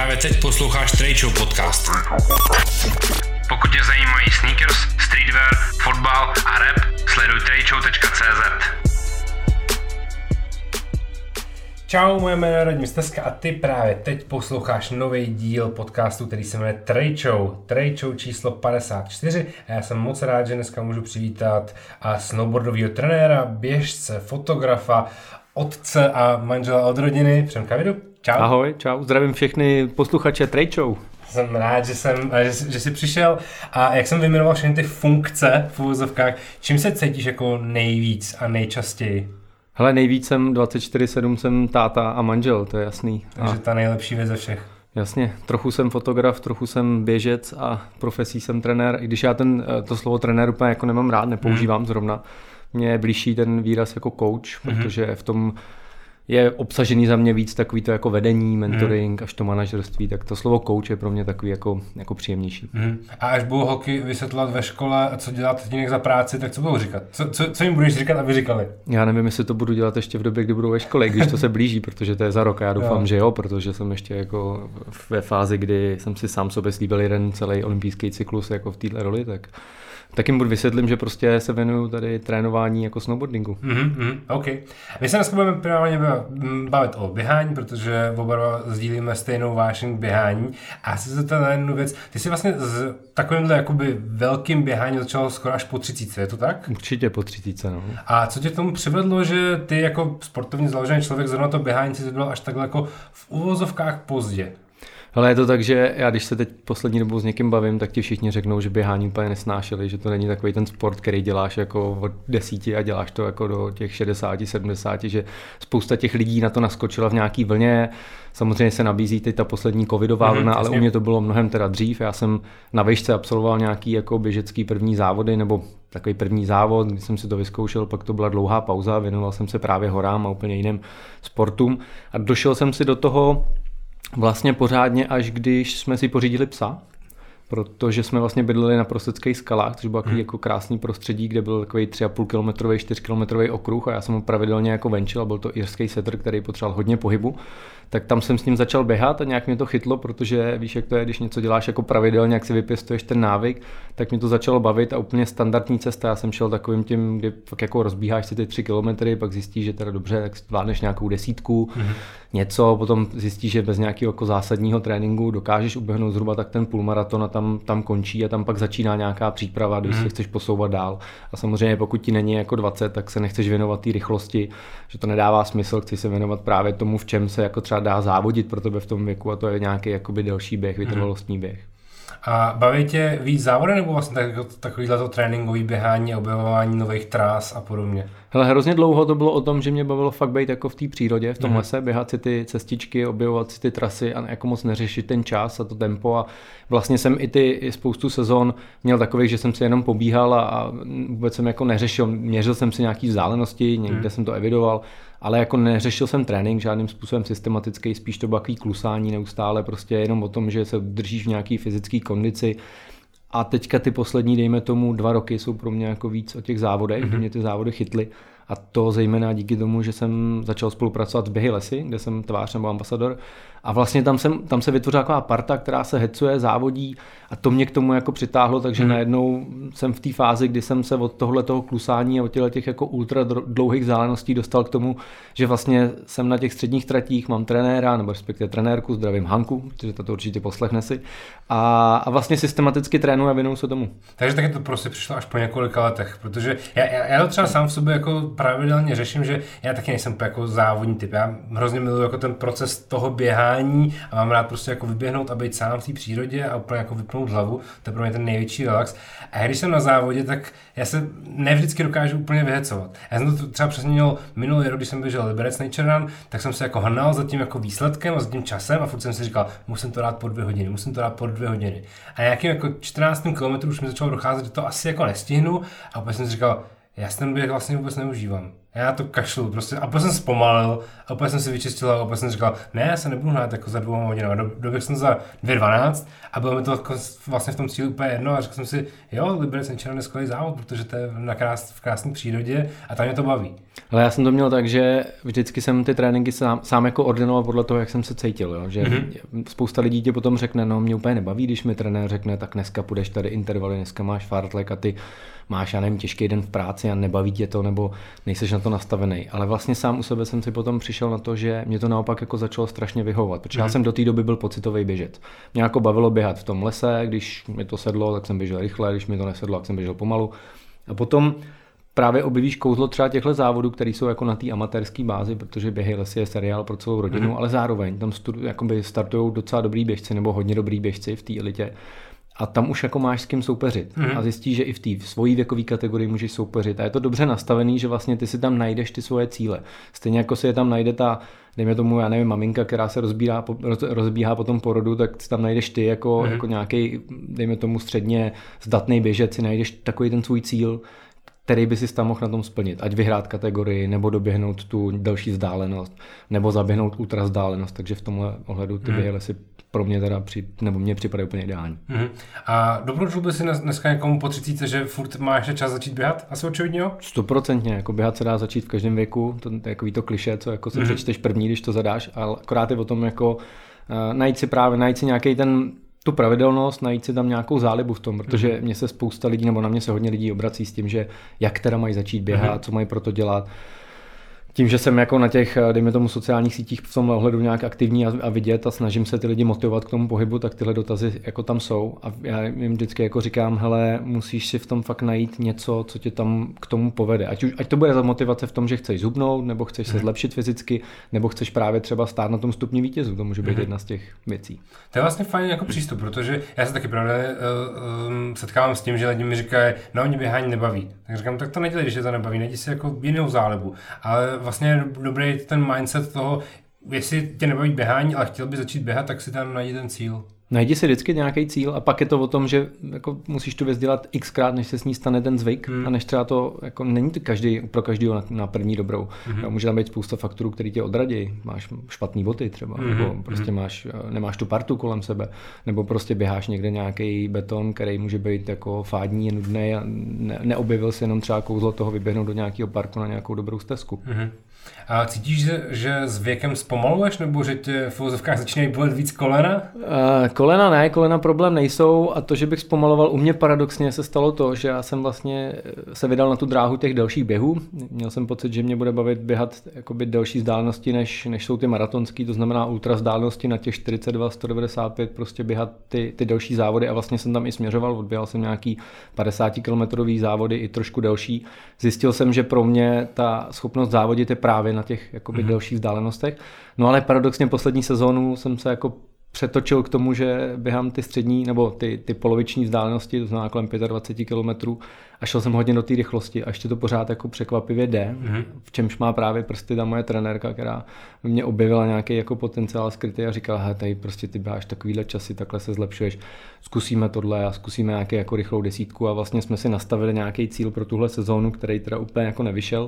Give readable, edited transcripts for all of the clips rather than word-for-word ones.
Právě teď posloucháš Trade Show podcast. Pokud tě zajímají sneakers, streetwear, fotbal a rap, sleduj tradeshow.cz. Čau, moje jméno je Radim Steska a ty právě teď posloucháš nový díl podcastu, který se jmenuje Trade Show. Trade Show číslo 54 a já jsem moc rád, že dneska můžu přivítat snowboardového trenéra, běžce, fotografa, otce a manžela od rodiny, Přemka Vidu. Čau. Ahoj, čau, zdravím všechny posluchače Trade Show. Jsem rád, že jsi přišel a jak jsem vyjmenoval všechny ty funkce v uvozovkách, čím se cítíš jako nejvíc a nejčastěji? Hele, nejvíc jsem 24/7 jsem táta a manžel, to je jasný. Takže ta nejlepší věc ze všech. Jasně, trochu jsem fotograf, trochu jsem běžec a profesí jsem trenér, i když já to slovo trenér úplně jako nemám rád, nepoužívám zrovna. Mně je blížší ten výraz jako coach, protože v tom je obsažený za mě víc takový to jako vedení, mentoring, až to manažerství, tak to slovo coach je pro mě takový jako příjemnější. A až budou holky vysvětlovat ve škole, co dělá tatínek za práci, tak co budou říkat? Co jim budeš říkat, aby říkali? Já nevím, jestli to budu dělat ještě v době, kdy budou ve škole, když to se blíží, protože to je za rok a já doufám, že jo, protože jsem ještě jako ve fázi, kdy jsem si sám sobě slíbil jeden celý olympijský cyklus jako v této roli, tak jim budu vysvětlím, že prostě se věnuju tady trénování jako snowboardingu. OK. My se dneska budeme primárně bavit o běhání, protože oba sdílíme stejnou vášeň k běhání. A já se zeptat na jednu věc. Ty jsi vlastně s takovýmhle jakoby velkým běháním začal skoro až po 30, je to tak? Určitě po 30, no. A co tě tomu přivedlo, že ty jako sportovně založený člověk zrovna to běhání si vybral až takhle jako v uvozovkách pozdě? Ale je to tak, že já když se teď poslední dobou s někým bavím, tak ti všichni řeknou, že běhání úplně nesnášeli, že to není takový ten sport, který děláš jako od 10 a děláš to jako do těch 60, 70, že spousta těch lidí na to naskočila v nějaký vlně. Samozřejmě se nabízí teď ta poslední covidová vlna, ale u mě to bylo mnohem teda dřív. Já jsem na výšce absolvoval nějaký jako běžecký první závody nebo takový první závod, kdy jsem si to vyzkoušel, pak to byla dlouhá pauza, věnoval jsem se právě horám a úplně jiným sportům a došel jsem si do toho vlastně pořádně, až když jsme si pořídili psa, protože jsme vlastně bydleli na Prosteckých skalách, což bylo takový jako krásný prostředí, kde byl takový 3,5 kilometrový, 4 kilometrový okruh a já jsem ho pravidelně jako venčil a byl to irský setter, který potřeboval hodně pohybu, tak tam jsem s ním začal běhat a nějak mě to chytlo, protože víš, jak to je, když něco děláš jako pravidelně, jak si vypěstuješ ten návyk, tak mě to začalo bavit a úplně standardní cesta. Já jsem šel takovým tím, kdy fakt jako rozbíháš si ty 3 kilometry, pak zjistíš, že teda dobře, tak zvládneš nějakou 10, něco, potom zjistíš, že bez nějakého jako zásadního tréninku dokážeš uběhnout zhruba tak ten půlmaraton a tam končí a tam pak začíná nějaká příprava, když se chceš posouvat dál. A samozřejmě pokud ti není jako 20, tak se nechceš věnovat té rychlosti, že to nedává smysl, chci se věnovat právě tomu, v čem se jako třeba dá závodit pro tebe v tom věku a to je nějaký jakoby delší běh, vytrvalostní běh. A baví tě víc závody nebo vlastně takovýhle to tréninkový běhání, objevování nových tras a podobně? Hele, hrozně dlouho to bylo o tom, že mě bavilo fakt být jako v té přírodě, v tom lese, běhat si ty cestičky, objevovat si ty trasy a jako moc neřešit ten čas a to tempo a vlastně jsem i spoustu sezon měl takových, že jsem si jenom pobíhal a vůbec jsem jako neřešil, měřil jsem si nějaký vzdálenosti, někde jsem to evidoval, ale jako neřešil jsem trénink žádným způsobem systematický, spíš to bylo takový klusání neustále, prostě jenom o tom, že se držíš v nějaký fyzické kondici. A teďka ty poslední, dejme tomu 2 roky, jsou pro mě jako víc o těch závodech, kdy mě ty závody chytly. A to zejména díky tomu, že jsem začal spolupracovat s Běhy lesy, kde jsem tvář nebo ambasador. A vlastně tam se vytvořila taková parta, která se hecuje, závodí a to mě k tomu jako přitáhlo, takže najednou jsem v té fázi, kdy jsem se od tohoto klusání a od těch jako ultra dlouhých vzdáleností dostal k tomu, že vlastně jsem na těch středních tratích, mám trenéra, nebo respektive trenérku, zdravím Hanku, protože to určitě poslechne si. A vlastně systematicky trénuji a věnuju se tomu. Takže taky to prostě přišlo až po několika letech, protože já to třeba sám v sobě jako pravidelně řeším, že já taky nejsem jako závodní typ. Já hrozně miluji jako ten proces toho běhání a mám rád prostě jako vyběhnout a být sám v té přírodě a úplně jako vypnout hlavu. To je pro mě ten největší relax. A když jsem na závodě, tak já se nevždycky dokážu úplně vyhecovat. Já jsem to třeba přesně měl minulý rok, když jsem běžel Liberec Nature Run, tak jsem se jako hnal za tím jako výsledkem a za tím časem a furt jsem si říkal, musím to dát po 2 hodiny. A nějakým jako 14. kilometru už mi začalo docházet, že to asi jako nestihnu a opět jsem si říkal, já ten běh vlastně vůbec neužívám. Já to kašlu prostě a prostě jsem zpomalil a opět jsem si vyčistil a opět jsem říkal, ne, já se nebudu hnát jako za 2 hodinami. Doběhl jsem za 2:12 a bylo mi to jako vlastně v tom cíli úplně jedno a řekl jsem si, jo, Liberec Enčina je skvělý závod, protože to je v krásné přírodě a tam mě to baví. Ale já jsem to měl tak, že vždycky jsem ty tréninky sám jako ordinoval podle toho, jak jsem se cítil, jo? Že spousta lidí tě potom řekne, no mě úplně nebaví, když mi trenér řekne, tak dneska půjdeš tady intervaly, dneska máš fartlek a ty máš, já nevím, těžký den v práci a nebaví tě to, nebo nejseš na to nastavený. Ale vlastně sám u sebe jsem si potom přišel na to, že mě to naopak jako začalo strašně vyhovovat, protože já jsem do té doby byl pocitový běžec. Mě jako bavilo běhat v tom lese, když mi to sedlo, tak jsem běžel rychle, když mi to nesedlo, tak jsem běžel pomalu. A potom právě objevíš kouzlo třeba těchto závodů, které jsou jako na té amatérské bázi, protože Běhy lesy je seriál pro celou rodinu, ale zároveň tam startují docela dobrý běžci nebo hodně dobrý běžci v té elitě. A tam už jako máš s kým soupeřit. A zjistíš, že i v té svojí věkové kategorii můžeš soupeřit. A je to dobře nastavený, že vlastně ty si tam najdeš ty svoje cíle. Stejně jako si je tam najde ta, dejme tomu, já nevím, maminka, která se rozbíhá po tom porodu, tak si tam najdeš ty jako nějaký, dejme tomu, středně zdatný běžec, si najdeš takový ten svůj cíl, který by si tam mohl na tom splnit. Ať vyhrát kategorii, nebo doběhnout tu další vzdálenost, nebo zaběhnout ultra vzdálenost. Takže v tomhle ohledu ty běhy lesy pro mě teda nebo mě připadají úplně ideální. A doporučil by si dneska někomu po 30, že furt má ještě čas začít běhat? Asi očividně jo? 100%, jako běhat se dá začít v každém věku, to je takový to klišé, co jako si přečteš první, když to zadáš, ale akorát je o tom jako najít si nějaký tu pravidelnost, najít si tam nějakou zálibu v tom, protože mě se spousta lidí, nebo na mě se hodně lidí obrací s tím, že jak teda mají začít běhat, co mají pro to dělat. Tím, že jsem jako na těch, dejme tomu, sociálních sítích v tom ohledu nějak aktivní a vidět a snažím se ty lidi motivovat k tomu pohybu, tak tyhle dotazy jako tam jsou. A já jim vždycky jako říkám, hele, musíš si v tom fakt najít něco, co tě tam k tomu povede. Ať to bude za motivace v tom, že chceš zhubnout, nebo chceš se zlepšit fyzicky, nebo chceš právě třeba stát na tom stupni vítězů. To může být jedna z těch věcí. To je vlastně fajn jako přístup, protože já se taky pravda setkávám s tím, že lidi mi říkají, no mě běhání nebaví. Tak říkám, tak to nedělej, když je to nebaví, najdi si jako jinou zálibu. Ale vlastně je dobrý ten mindset toho, jestli tě nebaví běhání, ale chtěl by začít běhat, tak si tam najdi ten cíl. Najdi si vždycky nějaký cíl a pak je to o tom, že jako musíš tu věc dělat xkrát, než se s ní stane ten zvyk a než třeba to, jako není to pro každého na první dobrou. Může tam být spousta faktorů, který tě odradí. Máš špatný boty třeba, nebo prostě nemáš tu partu kolem sebe, nebo prostě běháš někde nějaký beton, který může být jako fádní, je nudný a neobjevil si jenom třeba kouzlo toho vyběhnout do nějakého parku na nějakou dobrou stezku. A cítíš, že s věkem zpomaluješ, nebo že tě v uvozovkách začínají bolet víc kolena? Kolena ne, kolena problém nejsou a to, že bych zpomaloval, u mě paradoxně se stalo to, že já jsem vlastně se vydal na tu dráhu těch delších běhů. Měl jsem pocit, že mě bude bavit běhat jakoby delší vzdálenosti, než jsou ty maratonský, to znamená ultra vzdálenosti na těch 42, 195, prostě běhat ty delší závody a vlastně jsem tam i směřoval, odběhal jsem nějaký 50 kilometrový závody i trošku delší. Zjistil jsem, že pro mě ta schopnost závodit je právě na těch jakoby delších vzdálenostech. No ale paradoxně poslední sezónu jsem se jako přetočil k tomu, že běhám ty střední nebo ty poloviční vzdálenosti, to znamená kolem 25 km a šel jsem hodně do té rychlosti a ještě to pořád jako překvapivě jde, v čemž má právě prsty ta moje trenérka, která mě objevila nějaký jako potenciál skrytý a říkala, hej, tady prostě ty běháš takovýhle časy, takhle se zlepšuješ, zkusíme tohle a zkusíme nějaký jako rychlou desítku a vlastně jsme si nastavili nějaký cíl pro tuhle sezónu, který teda úplně jako nevyšel.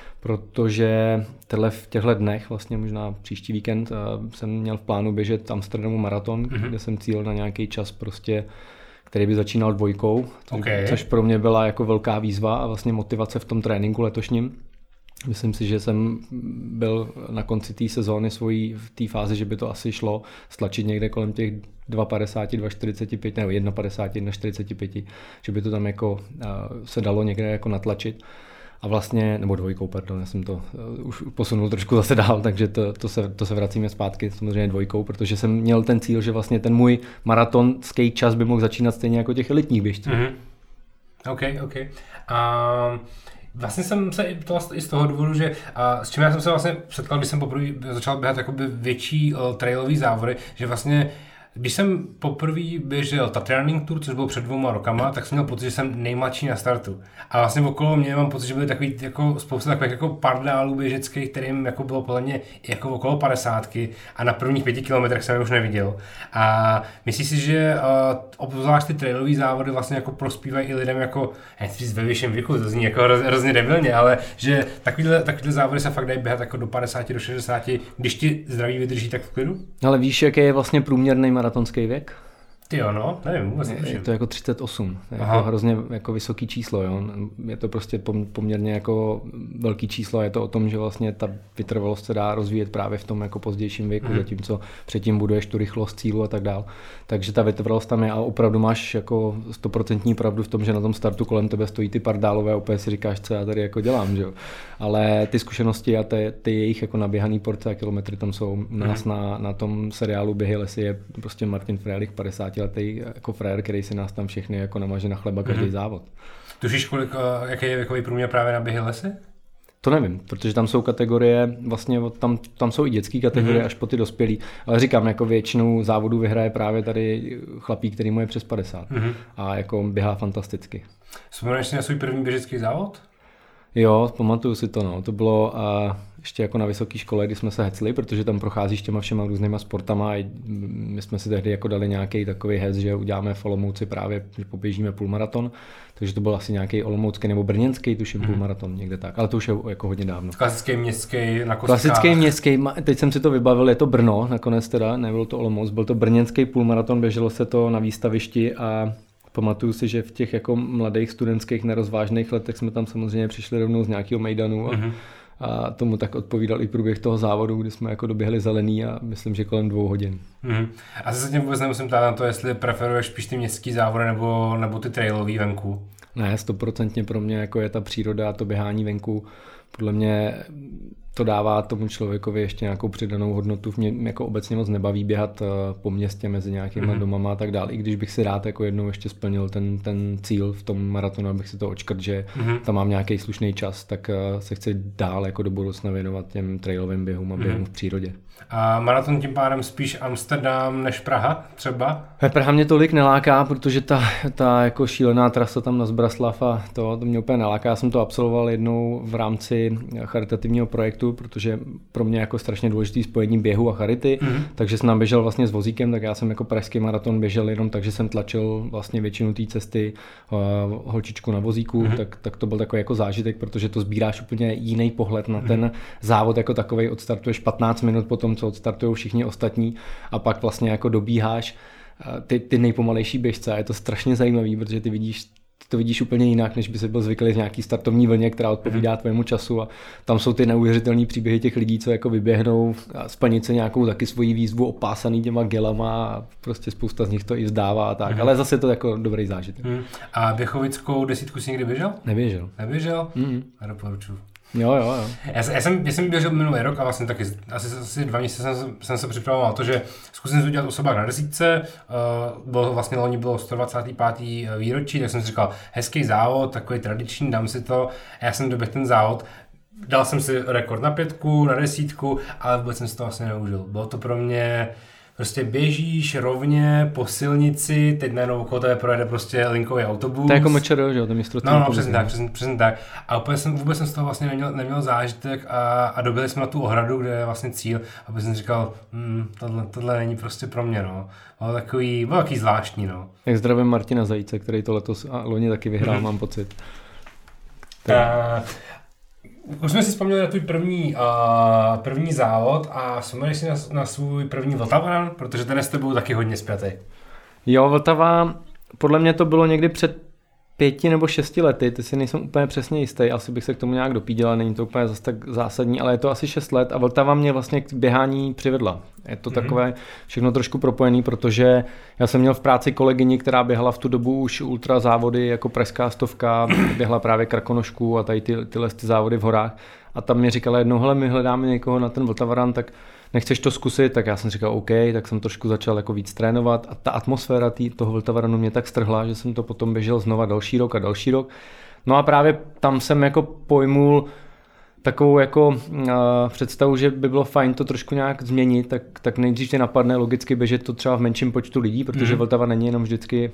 Protože v těchto dnech, vlastně možná příští víkend, jsem měl v plánu běžet Amsterdamu maraton, kde jsem cílil na nějaký čas prostě, který by začínal 2, což pro mě byla jako velká výzva a vlastně motivace v tom tréninku letošním. Myslím si, že jsem byl na konci té sezóny svojí v té fázi, že by to asi šlo stlačit někde kolem těch 2,50, 2,45 nebo 1,50, 1,45, že by to tam jako se dalo někde jako natlačit. A vlastně, nebo 2, pardon, já jsem to už posunul trošku zase dál, takže to se vracíme zpátky samozřejmě 2, protože jsem měl ten cíl, že vlastně ten můj maratonský čas by mohl začínat stejně jako těch elitních běžců. OK. Vlastně jsem se i z toho důvodu, že s čím já jsem se vlastně setkal, když jsem poprvé začal běhat jakoby větší trailový závody, že vlastně Když jsem poprvé běžel Tatranning Tour, což bylo před 2 rokama, tak jsem měl pocit, že jsem nejmladší na startu. A vlastně okolo mě mám pocit, že byly takový jako spousta takových jako pardálů běžeckých, kterým jako bylo podle mě jako okolo 50 a na prvních 5 kilometrech jsem je už neviděl. A myslím si, že obzvlášť ty trailový závody vlastně jako prospívají i lidem jako, nechci říct ve vyšším věku, to zní jako hrozně debilně, ale že takovýhle závody se fakt dají běhat jako do 50, do 60, když ti zdraví vydrží tak v klidu. Ale víš, jaký je vlastně průměrný maratonský věk? Ty jo, no, nevím, vůbec je to jako 38, to je jako hrozně jako vysoký číslo, jo. Je to prostě poměrně jako velký číslo a je to o tom, že vlastně ta vytrvalost se dá rozvíjet právě v tom jako pozdějším věku, zatímco předtím buduješ tu rychlost cílu a tak dál. Takže ta vytrvalost tam je a opravdu máš jako 100% pravdu v tom, že na tom startu kolem tebe stojí ty pardálové a úplně si říkáš, co já tady jako dělám, že jo. Ale ty zkušenosti a ty jejich jako naběhaný porce a kilometry tam jsou u nás na tom seriálu Běhy lesy je prostě Martin Frélich, 50letý jako frér, který si nás tam všechny jako namaže na chleba každý závod. Tušíš, jaký je věkový průměr právě na Běhy lesy? To nevím, protože tam jsou kategorie, vlastně tam jsou i dětské kategorie až po ty dospělí, ale říkám, jako většinu závodů vyhraje právě tady chlapík, který mu je přes 50 a jako běhá fantasticky. Vzpomeneš si na svůj první běžecký závod? Jo, pamatuju si to, no. To bylo ještě jako na vysoké škole, kdy jsme se hecli, protože tam procházíš těma všema různýma sportama a my jsme si tehdy jako dali nějaký takový hec, že uděláme v Olomouci právě, že poběžíme půlmaraton, takže to byl asi nějaký olomoucký nebo brněnský, tuším půlmaraton, někde tak, ale to už je jako hodně dávno. Klasický městský na kostkách. Klasický městský, teď jsem si to vybavil, je to Brno, nakonec teda, nebylo to Olomouc, byl to brněnský půlmaraton, běželo se to na výstavišti a pamatuju si, že v těch jako mladých studentských nerozvážných letech jsme tam samozřejmě přišli rovnou z nějakého mejdanu a tomu tak odpovídal i průběh toho závodu, kdy jsme jako doběhli zelený a myslím, že kolem 2 hodin. A se tím vůbec nemusím ptát na to, jestli preferuješ spíš ty městský závody nebo ty trailový venku? Ne, 100% pro mě jako je ta příroda a to běhání venku. Podle mě to dává tomu člověkovi ještě nějakou přidanou hodnotu. Mě jako obecně moc nebaví běhat po městě mezi nějakýma domama a tak dále. I když bych si rád jako jednou ještě splnil ten cíl v tom maratonu, abych si to odškrt, že tam mám nějaký slušný čas, tak se chci dál jako do budoucna věnovat těm trailovým běhům a běhům v přírodě. A maraton tím pádem spíš Amsterdam než Praha třeba? Praha mě tolik neláká, protože ta jako šílená trasa tam na Zbraslav a to mě úplně neláká. Já jsem to absolvoval jednou v rámci charitativního projektu, protože pro mě jako strašně důležitý spojení běhu a charity, takže jsem nám běžel vlastně s vozíkem, tak já jsem jako pražský maraton běžel jenom tak, že jsem tlačil vlastně většinu té cesty holčičku na vozíku, tak to byl takový jako zážitek, protože to sbíráš úplně jiný pohled na ten závod jako takovej, odstartuješ 15 minut po tom, co odstartují všichni ostatní a pak vlastně jako dobíháš ty nejpomalejší běžce a je to strašně zajímavý, protože ty to vidíš úplně jinak, než by se byl zvyklý z nějaký startovní vlně, která odpovídá tvému času a tam jsou ty neuvěřitelné příběhy těch lidí, co jako vyběhnou a splnit se nějakou taky svoji výzvu opásaný těma gelama a prostě spousta z nich to i vzdává a tak, ale zase to jako dobrý zážitek. A Běchovickou 10 jsi někdy běžel? Nevěřel? Nedoporučuji. Jo. Já jsem běžel minulý rok a vlastně taky asi 2 měsíce jsem se připravoval na to, že zkusím to udělat osobák na 10. Vlastně loni bylo 125. výročí, tak jsem si říkal, hezký závod, takový tradiční, dám si to. A já jsem doběhl ten závod. Dal jsem si rekord na 5, na 10, ale vůbec jsem si to vlastně neužil. Bylo to pro mě prostě běžíš rovně po silnici, teď najednou okolo tebe projede prostě linkový autobus. To je jako MČR, že jo, to mistrovství. No, přesně tak. A vůbec jsem z toho vlastně neměl zážitek a dobili jsme na tu ohradu, kde je vlastně cíl, aby jsem říkal, tohle není prostě pro mě, no. Bylo takový zvláštní, no. Jak zdravím Martina Zajíce, který to letos a loni taky vyhrál, mám pocit. Už jsme si vzpomněli na tvůj první závod a vzpomeneš si na svůj první Vltava, protože ten s tebou taky hodně spjatý. Jo, Vltava, podle mě to bylo někdy před 5 nebo 6 lety, ty si nejsem úplně přesně jistý, asi bych se k tomu nějak dopíděl, není to úplně zase tak zásadní, ale je to asi 6 let a Vltava mě vlastně k běhání přivedla. Je to takové všechno trošku propojený, protože já jsem měl v práci kolegyni, která běhala v tu dobu už ultra závody jako pražská 100, běhla právě Krakonošku a tady tyhle závody v horách a tam mi říkala jednou, hele, my hledáme někoho na ten Vltavaran, tak nechceš to zkusit, tak já jsem říkal OK, tak jsem trošku začal jako víc trénovat a ta atmosféra toho Vltavaranu mě tak strhla, že jsem to potom běžel znova další rok. No a právě tam jsem jako pojmul, takovou jako představu, že by bylo fajn to trošku nějak změnit, tak nejdřív tě napadne logicky běžet to třeba v menším počtu lidí, protože Vltava není jenom vždycky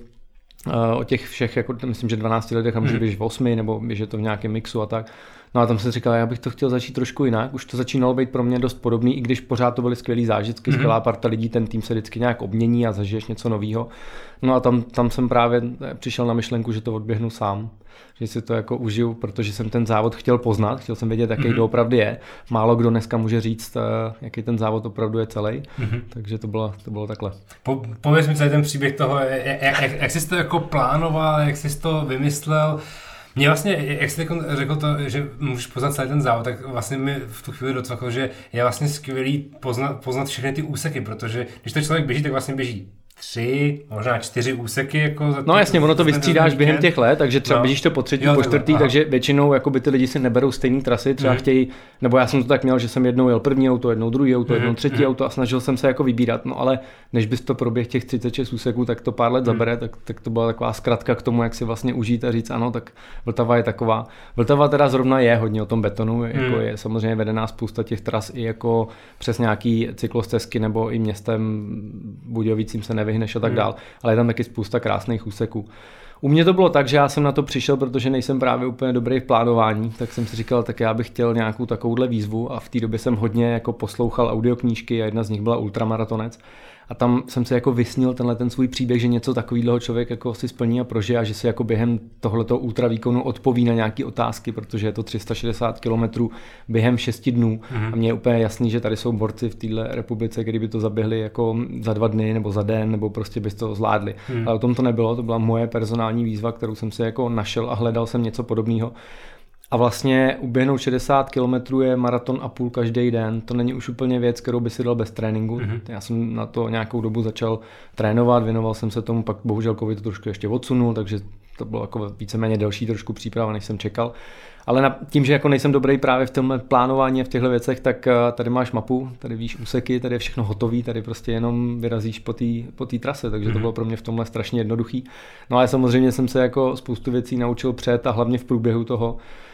o těch všech, jako myslím, že 12 lidech a může běžet v 8 nebo běžet to v nějakém mixu a tak. No a tam jsem říkal, já bych to chtěl začít trošku jinak, už to začínalo být pro mě dost podobný, i když pořád to byly skvělý zážitky, skvělá parta lidí, ten tým se vždycky nějak obmění a zažiješ něco nového. No a tam jsem právě přišel na myšlenku, že to odběhnu sám, že si to jako užiju, protože jsem ten závod chtěl poznat, chtěl jsem vědět, jaký doopravdy je. Málo kdo dneska může říct, jaký ten závod opravdu je celý, takže to bylo takhle. Pověz mi celý ten příběh toho, jak jsi to jako plánoval, jak jsi to vymyslel. Mě vlastně, jak jsi řekl to, že můžeš poznat celý ten závod, tak vlastně mi v tu chvíli docvaklo, že je vlastně skvělý poznat všechny ty úseky, protože když to člověk běží, tak vlastně běží 3, možná 4 úseky. Jako za no jasně, ono to vystřídáš během těch let, takže třeba běžíš to po třetí, po čtvrtý, takže většinou jakoby ty lidi si neberou stejné trasy, třeba chtějí, nebo já jsem to tak měl, že jsem jednou jel první auto, jednou druhý auto, jednou třetí auto a snažil jsem se jako vybírat, no ale než bys to proběh těch 36 úseků, tak to pár let zabere, tak to byla taková zkratka k tomu, jak si vlastně užít a říct ano, tak Vltava je taková. Vltava teda zrovna je hodně o tom betonu, jako je samozřejmě vedená spousta těch tras i jako přes nějaký cyklostezky nebo i městem Budějovicím se nevyhneš a tak dál, ale je tam taky spousta krásných úseků. U mě to bylo tak, že já jsem na to přišel, protože nejsem právě úplně dobrý v plánování, tak jsem si říkal, tak já bych chtěl nějakou takovouhle výzvu a v té době jsem hodně jako poslouchal audioknížky a jedna z nich byla Ultramaratonec. A tam jsem si jako vysnil ten svůj příběh, že něco takového člověk jako si splní a prožije a že si jako během tohletoho ultravýkonu odpoví na nějaké otázky, protože je to 360 km během 6 dnů. A mně je úplně jasný, že tady jsou borci v této republice, kdyby to zaběhli jako za 2 dny nebo za den, nebo prostě by to zvládli. Ale o tom to nebylo, to byla moje personální výzva, kterou jsem si jako našel a hledal jsem něco podobného. A vlastně uběhnout 60 km je maraton a půl každý den. To není už úplně věc, kterou by si dal bez tréninku. Já jsem na to nějakou dobu začal trénovat, věnoval jsem se tomu, pak bohužel covid to trošku ještě odsunul, takže to bylo jako víceméně delší trošku příprava, než jsem čekal. Ale tím, že jako nejsem dobrý právě v tomhle plánování a v těchto věcech, tak tady máš mapu, tady víš úseky, tady je všechno hotový, tady prostě jenom vyrazíš po té trase, takže to bylo pro mě v tomhle strašně jednoduchý. No ale samozřejmě jsem se jako spoustu věcí naučil před a hlavně v průběhu toho,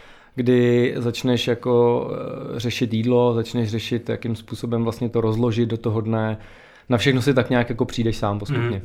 kdy začneš jako řešit jídlo, začneš řešit, jakým způsobem vlastně to rozložit do toho dne. Na všechno si tak nějak jako přijdeš sám postupně.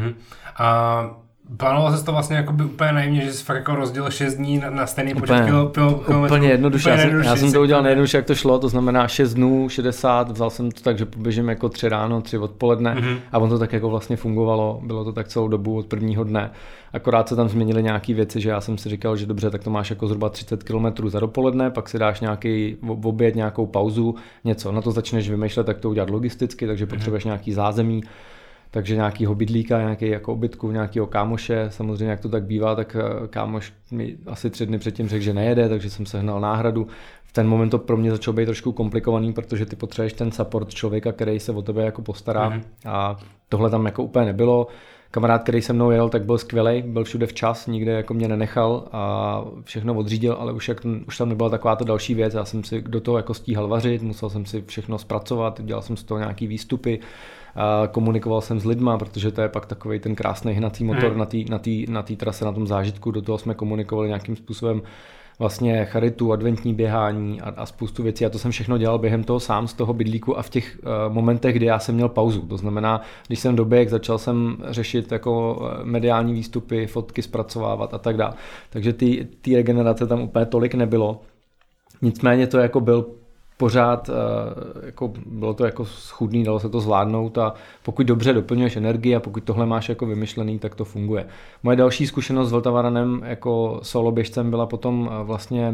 A plánoval jsi to vlastně jako by úplně naivně, že jsi fakt jako rozdělil 6 dní na stejný počet kilometrů? Úplně jednoduše. Já jsem to udělal nejjednoduše, jak to šlo, to znamená 6 dnů, 60, vzal jsem to tak, že poběžím jako 3 ráno, 3 odpoledne a on to tak jako vlastně fungovalo, bylo to tak celou dobu od prvního dne. Akorát se tam změnily nějaké věci, že já jsem si říkal, že dobře, tak to máš jako zhruba 30 km za dopoledne, pak si dáš nějaký oběd, nějakou pauzu, něco. Na to začneš vymýšlet, tak to udělat logisticky, takže potřebuješ nějaký zázemí. Takže nějakýho bydlíka, nějaký jako obytku, nějakého kámoše, samozřejmě jak to tak bývá, tak kámoš mi asi 3 dny předtím řekl, že nejede, takže jsem sehnal náhradu. V ten moment to pro mě začalo být trošku komplikovaný, protože ty potřebuješ ten support člověka, který se o tebe jako postará a tohle tam jako úplně nebylo. Kamarád, který se mnou jel, tak byl skvělej, byl všude včas, nikde jako mě nenechal a všechno odřídil, ale už tam nebyla taková ta další věc, já jsem si do toho jako stíhal vařit, musel jsem si všechno zpracovat, dělal jsem z toho nějaký výstupy, a komunikoval jsem s lidma, protože to je pak takovej ten krásný hnací motor na té trase, na tom zážitku, do toho jsme komunikovali nějakým způsobem vlastně charitu, adventní běhání a spoustu věcí a to jsem všechno dělal během toho sám z toho bydlíku a v těch momentech, kdy já jsem měl pauzu. To znamená, když jsem doběh, začal jsem řešit jako mediální výstupy, fotky zpracovávat a tak dále. Takže ty regenerace tam úplně tolik nebylo. Nicméně to jako byl pořád, jako bylo to jako schudný, dalo se to zvládnout a pokud dobře doplňuješ energii a pokud tohle máš jako vymyšlený, tak to funguje. Moje další zkušenost s Vltavaranem jako solo běžcem byla potom vlastně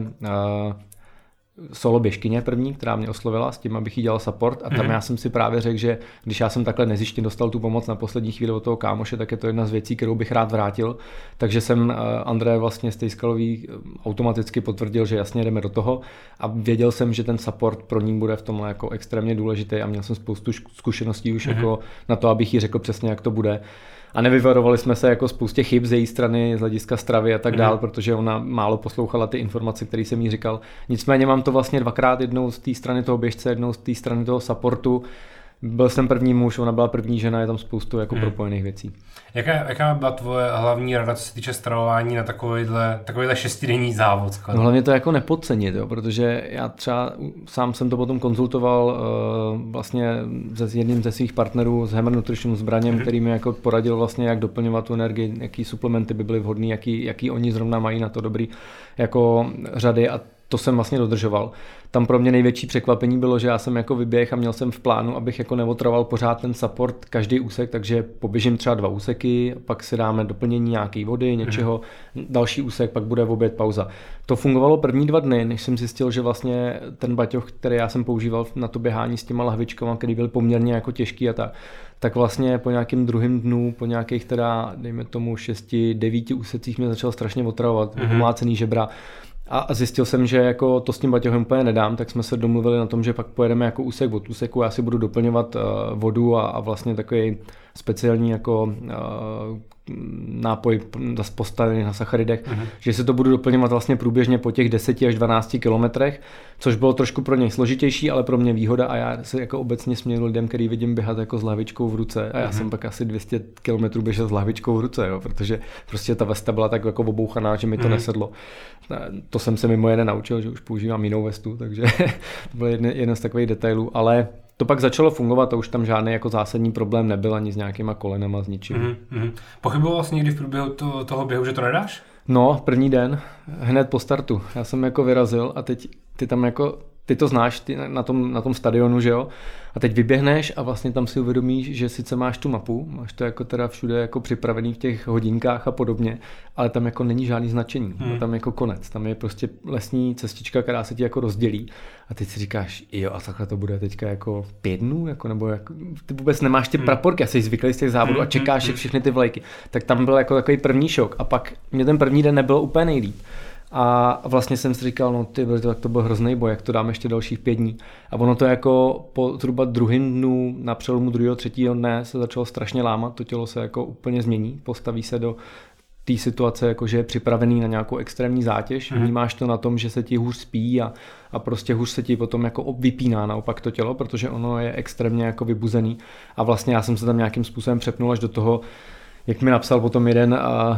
solo běžkyně první, která mě oslovila s tím, abych jí dělal support a tam já jsem si právě řekl, že když já jsem takhle nezištně dostal tu pomoc na poslední chvíli od toho kámoše, tak je to jedna z věcí, kterou bych rád vrátil. Takže jsem André vlastně Stejskalový automaticky potvrdil, že jasně jdeme do toho a věděl jsem, že ten support pro ní bude v tomhle jako extrémně důležitý a měl jsem spoustu zkušeností už jako na to, abych jí řekl přesně, jak to bude. A nevyvarovali jsme se jako spoustě chyb z její strany, z hlediska stravy a tak dál, protože ona málo poslouchala ty informace, které jsem jí říkal. Nicméně mám to vlastně dvakrát, jednou z té strany toho běžce, jednou z té strany toho supportu. byl jsem první muž, ona byla první žena, je tam spoustu jako propojených věcí. Jaká byla tvoje hlavní rada, co se týče stravování na takovýhle 6denní závod? No hlavně to jako nepodcenit, jo, protože já třeba sám jsem to potom konzultoval vlastně s jedním ze svých partnerů, s Hammer Nutrition, s Braněm, který mi jako poradil vlastně, jak doplňovat tu energii, jaký suplementy by byly vhodný, jaký oni zrovna mají na to dobrý jako řady a to jsem vlastně dodržoval. Tam pro mě největší překvapení bylo, že já jsem jako vyběh a měl jsem v plánu, abych jako neotravoval pořád ten support každý úsek, takže poběžím třeba 2 úseky, pak si dáme doplnění nějaký vody, něčeho, další úsek, pak bude oběd, pauza. To fungovalo první 2 dny, než jsem zjistil, že vlastně ten baťoh, který já jsem používal na to běhání s těma lahvičkama, který byl poměrně jako těžký a tak vlastně po nějakým druhém dnu, po nějakých teda, dejme tomu 6-9 úsecích mě začal strašně otravovat, umlácený žebra. A zjistil jsem, že jako to s tím baťohem úplně nedám, tak jsme se domluvili na tom, že pak pojedeme jako úsek od úseku, já si budu doplňovat vodu a vlastně takový speciální jako nápoj postavený na sacharidech, že si to budu doplňovat vlastně průběžně po těch 10 až 12 kilometrech, což bylo trošku pro něj složitější, ale pro mě výhoda a já se jako obecně směju lidem, který vidím běhat jako s lahvičkou v ruce a já jsem pak asi 200 kilometrů běžel s lahvičkou v ruce, jo, protože prostě ta vesta byla tak jako obouchaná, že mi to nesedlo. To jsem se mimo jiné naučil, že už používám jinou vestu, takže to byl jeden z takových detailů, ale to pak začalo fungovat a už tam žádný jako zásadní problém nebyl ani s nějakýma kolenama, s ničím. Pochyboval jsi někdy v průběhu toho běhu, že to nedáš? No, první den, hned po startu. Já jsem jako vyrazil a teď ty tam jako, ty to znáš na tom stadionu, že jo? A teď vyběhneš a vlastně tam si uvědomíš, že sice máš tu mapu, máš to jako teda všude jako připravený v těch hodinkách a podobně, ale tam jako není žádný značení, tam jako konec, tam je prostě lesní cestička, která se ti jako rozdělí a teď si říkáš, jo a takhle to bude teďka jako 5 dnů, jako, nebo jako, ty vůbec nemáš ty praporky, já jsi zvyklý z těch závodů a čekáš všechny ty vlajky, tak tam byl jako takový první šok a pak mě ten první den nebylo úplně nejlíp. A vlastně jsem si říkal, no ty, tak to byl hrozný boj, jak to dáme ještě dalších 5 dní. A ono to jako po zhruba druhém dnu, na přelomu 2. 3. dne se začalo strašně lámat, to tělo se jako úplně změní, postaví se do té situace, jako že je připravený na nějakou extrémní zátěž, vnímáš to na tom, že se ti hůř spí a prostě hůř se ti potom jako vypíná naopak to tělo, protože ono je extrémně jako vybuzený a vlastně já jsem se tam nějakým způsobem přepnul až do toho, jak mi napsal potom jeden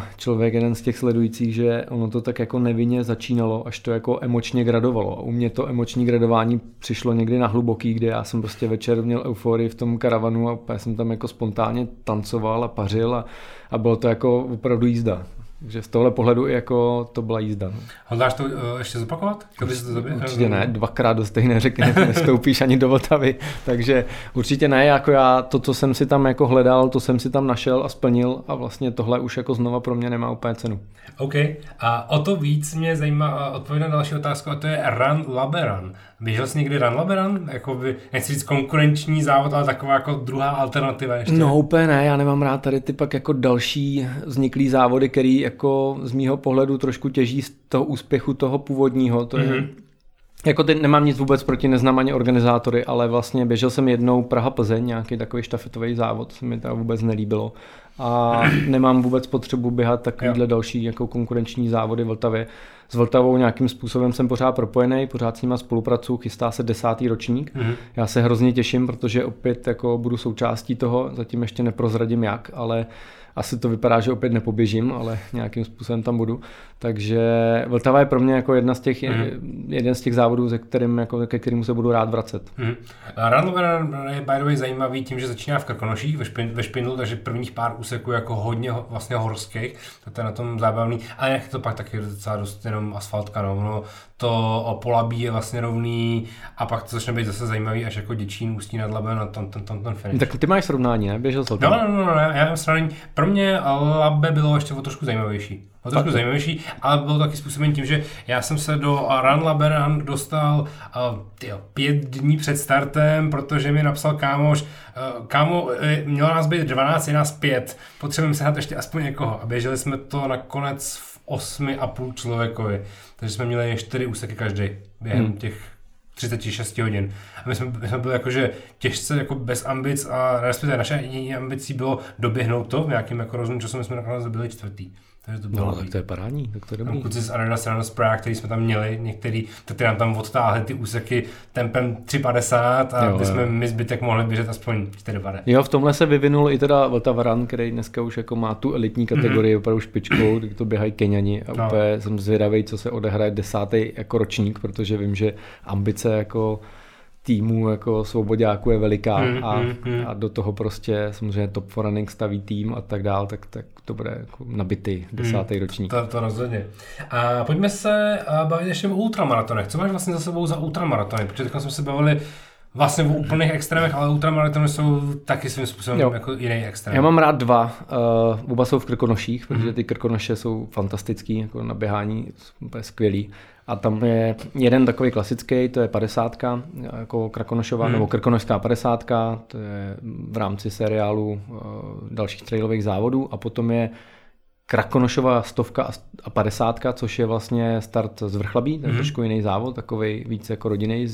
z těch sledujících, že ono to tak jako nevinně začínalo, až to jako emočně gradovalo. A u mě to emoční gradování přišlo někdy na hluboký, kde já jsem prostě večer měl euforii v tom karavanu a já jsem tam jako spontánně tancoval a pařil a bylo to jako opravdu jízda. Takže z tohle pohledu jako to byla jízda. No. Hodláš to ještě zopakovat? Určitě ne, 2krát do stejné řeky nestoupíš ani do Vltavy, takže určitě ne, jako já to, co jsem si tam jako hledal, to jsem si tam našel a splnil a vlastně tohle už jako znova pro mě nemá úplně cenu. OK, a o to víc mě zajímá odpověď na další otázku a to je Run Laberan. Běžel jsi někdy Run Laberan? Jakoby, nechci říct konkurenční závod, ale taková jako druhá alternativa ještě. No úplně ne, já nemám rád tady ty pak jako další vzniklý závody, který jako z mýho pohledu trošku těží z toho úspěchu toho původního. To je, jako teď nemám nic vůbec proti, neznám ani organizátory, ale vlastně běžel jsem jednou Praha-Plzeň, nějaký takový štafetový závod, se mi to vůbec nelíbilo. A nemám vůbec potřebu běhat takovýhle další jako konkurenční závody v Vltavě. S Vltavou nějakým způsobem jsem pořád propojený, pořád s nima spolupracuju, chystá se 10. ročník. Já se hrozně těším, protože opět jako budu součástí toho, zatím ještě neprozradím jak, ale asi to vypadá, že opět nepoběžím, ale nějakým způsobem tam budu. Takže Vltava je pro mě jako jeden z těch závodů, ke kterému se budu rád vracet. Run je by the way zajímavý tím, že začíná v Krkonoších ve Špindlu, takže prvních pár úseků jako hodně vlastně horských, to je na tom zábavný, ale jak to pak taky docela dost jenom asfaltka, no, to Polabí je vlastně rovný a pak to začne být zase zajímavý až jako Děčín, Ústí nad Labem a ten finish. Tak ty máš srovnání, ne? Běžel jsi tam? No, já mám srovnání. Pro mě Labe bylo ještě o trošku zajímavější. Ale bylo taky způsoben tím, že já jsem se do Run Laberan dostal 5 dní před startem, protože mi napsal kámoš, mělo nás být 12, je nás 5, potřebujeme sehnat ještě aspoň někoho a běželi jsme to nakonec v 8,5 člověkovi, takže jsme měli 4 úseky každý během těch 36 hodin. A my jsme byli jakože těžce jako bez ambic a respektive naše jediné ambicí bylo doběhnout to v nějakým jako rozumném času, my jsme nakonec byli 4. Takže to bylo tak to je parádní, tak to je dobrý. Kluci z Adidas Runners Prague, který jsme tam měli, některý, ty nám tam odtáhli ty úseky tempem 3,50 a ty jsme my zbytek mohli běžet aspoň 4,50. Jo, v tomhle se vyvinul i teda Vltava Run, který dneska už jako má tu elitní kategorii opravdu špičkou, kdy to běhají Keňani a úplně jsem zvědavý, co se odehraje 10. jako ročník, protože vím, že ambice jako týmu jako svoboďáku je veliká a do toho prostě samozřejmě Top for Running staví tým a tak dál, tak to bude jako nabitý 10. ročník. To rozhodně. A pojďme se bavit ještě o ultramaratonech. Co máš vlastně za sebou za ultramaratony? Protože teď jsme se bavili vlastně o úplných extrémech, ale ultramaratony jsou taky svým způsobem jako jiný extrém. Já mám rád dva. Oba jsou v Krkonoších, protože ty Krkonoše jsou fantastický, jako na běhání, úplně skvělý. A tam je jeden takový klasický, to je 50, jako Krkonošová, nebo Krkonošská 50, to je v rámci seriálu dalších trailových závodů. A potom je Krkonošová 100 a 50, což je vlastně start z Vrchlabí, to je trošku jiný závod, takovej víc jako rodinný,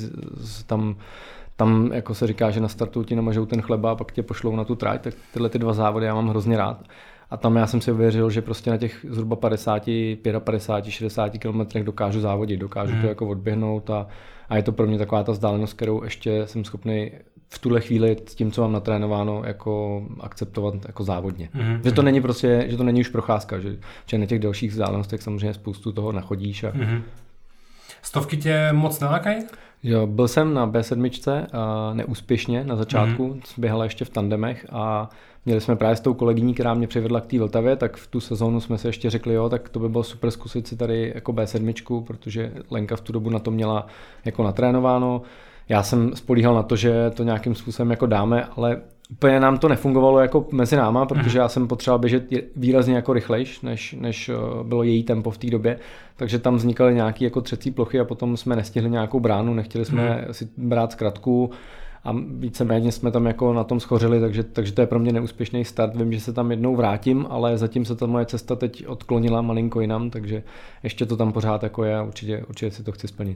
tam jako se říká, že na startu ti namažou ten chleba a pak tě pošlou na tu trať, tak tyhle ty dva závody já mám hrozně rád. A tam já jsem si uvěřil, že prostě na těch zhruba 50, 55, 60 kilometrech dokážu závodit, dokážu to jako odběhnout a je to pro mě taková ta vzdálenost, kterou ještě jsem schopný v tuhle chvíli s tím, co mám natrénováno, jako akceptovat jako závodně. Že to není prostě, že to není už procházka, že na těch dalších vzdálenostech samozřejmě spoustu toho nachodíš. Stovky tě moc nelákají? Jo, byl jsem na B7 neúspěšně na začátku, běhala ještě v tandemech a měli jsme právě s tou kolegyní, která mě přivedla k té Vltavě, tak v tu sezónu jsme se ještě řekli, jo, tak to by bylo super zkusit si tady jako B7, protože Lenka v tu dobu na to měla jako natrénováno. Já jsem spolíhal na to, že to nějakým způsobem jako dáme, ale úplně nám to nefungovalo jako mezi náma, protože já jsem potřeboval běžet výrazně jako rychlejš, než bylo její tempo v té době, takže tam vznikaly nějaké jako třecí plochy a potom jsme nestihli nějakou bránu, nechtěli jsme si brát zkratku a víceméně jsme tam jako na tom schořili, takže to je pro mě neúspěšný start. Vím, že se tam jednou vrátím, ale zatím se ta moje cesta teď odklonila malinko jinam, takže ještě to tam pořád jako je a určitě si to chci splnit.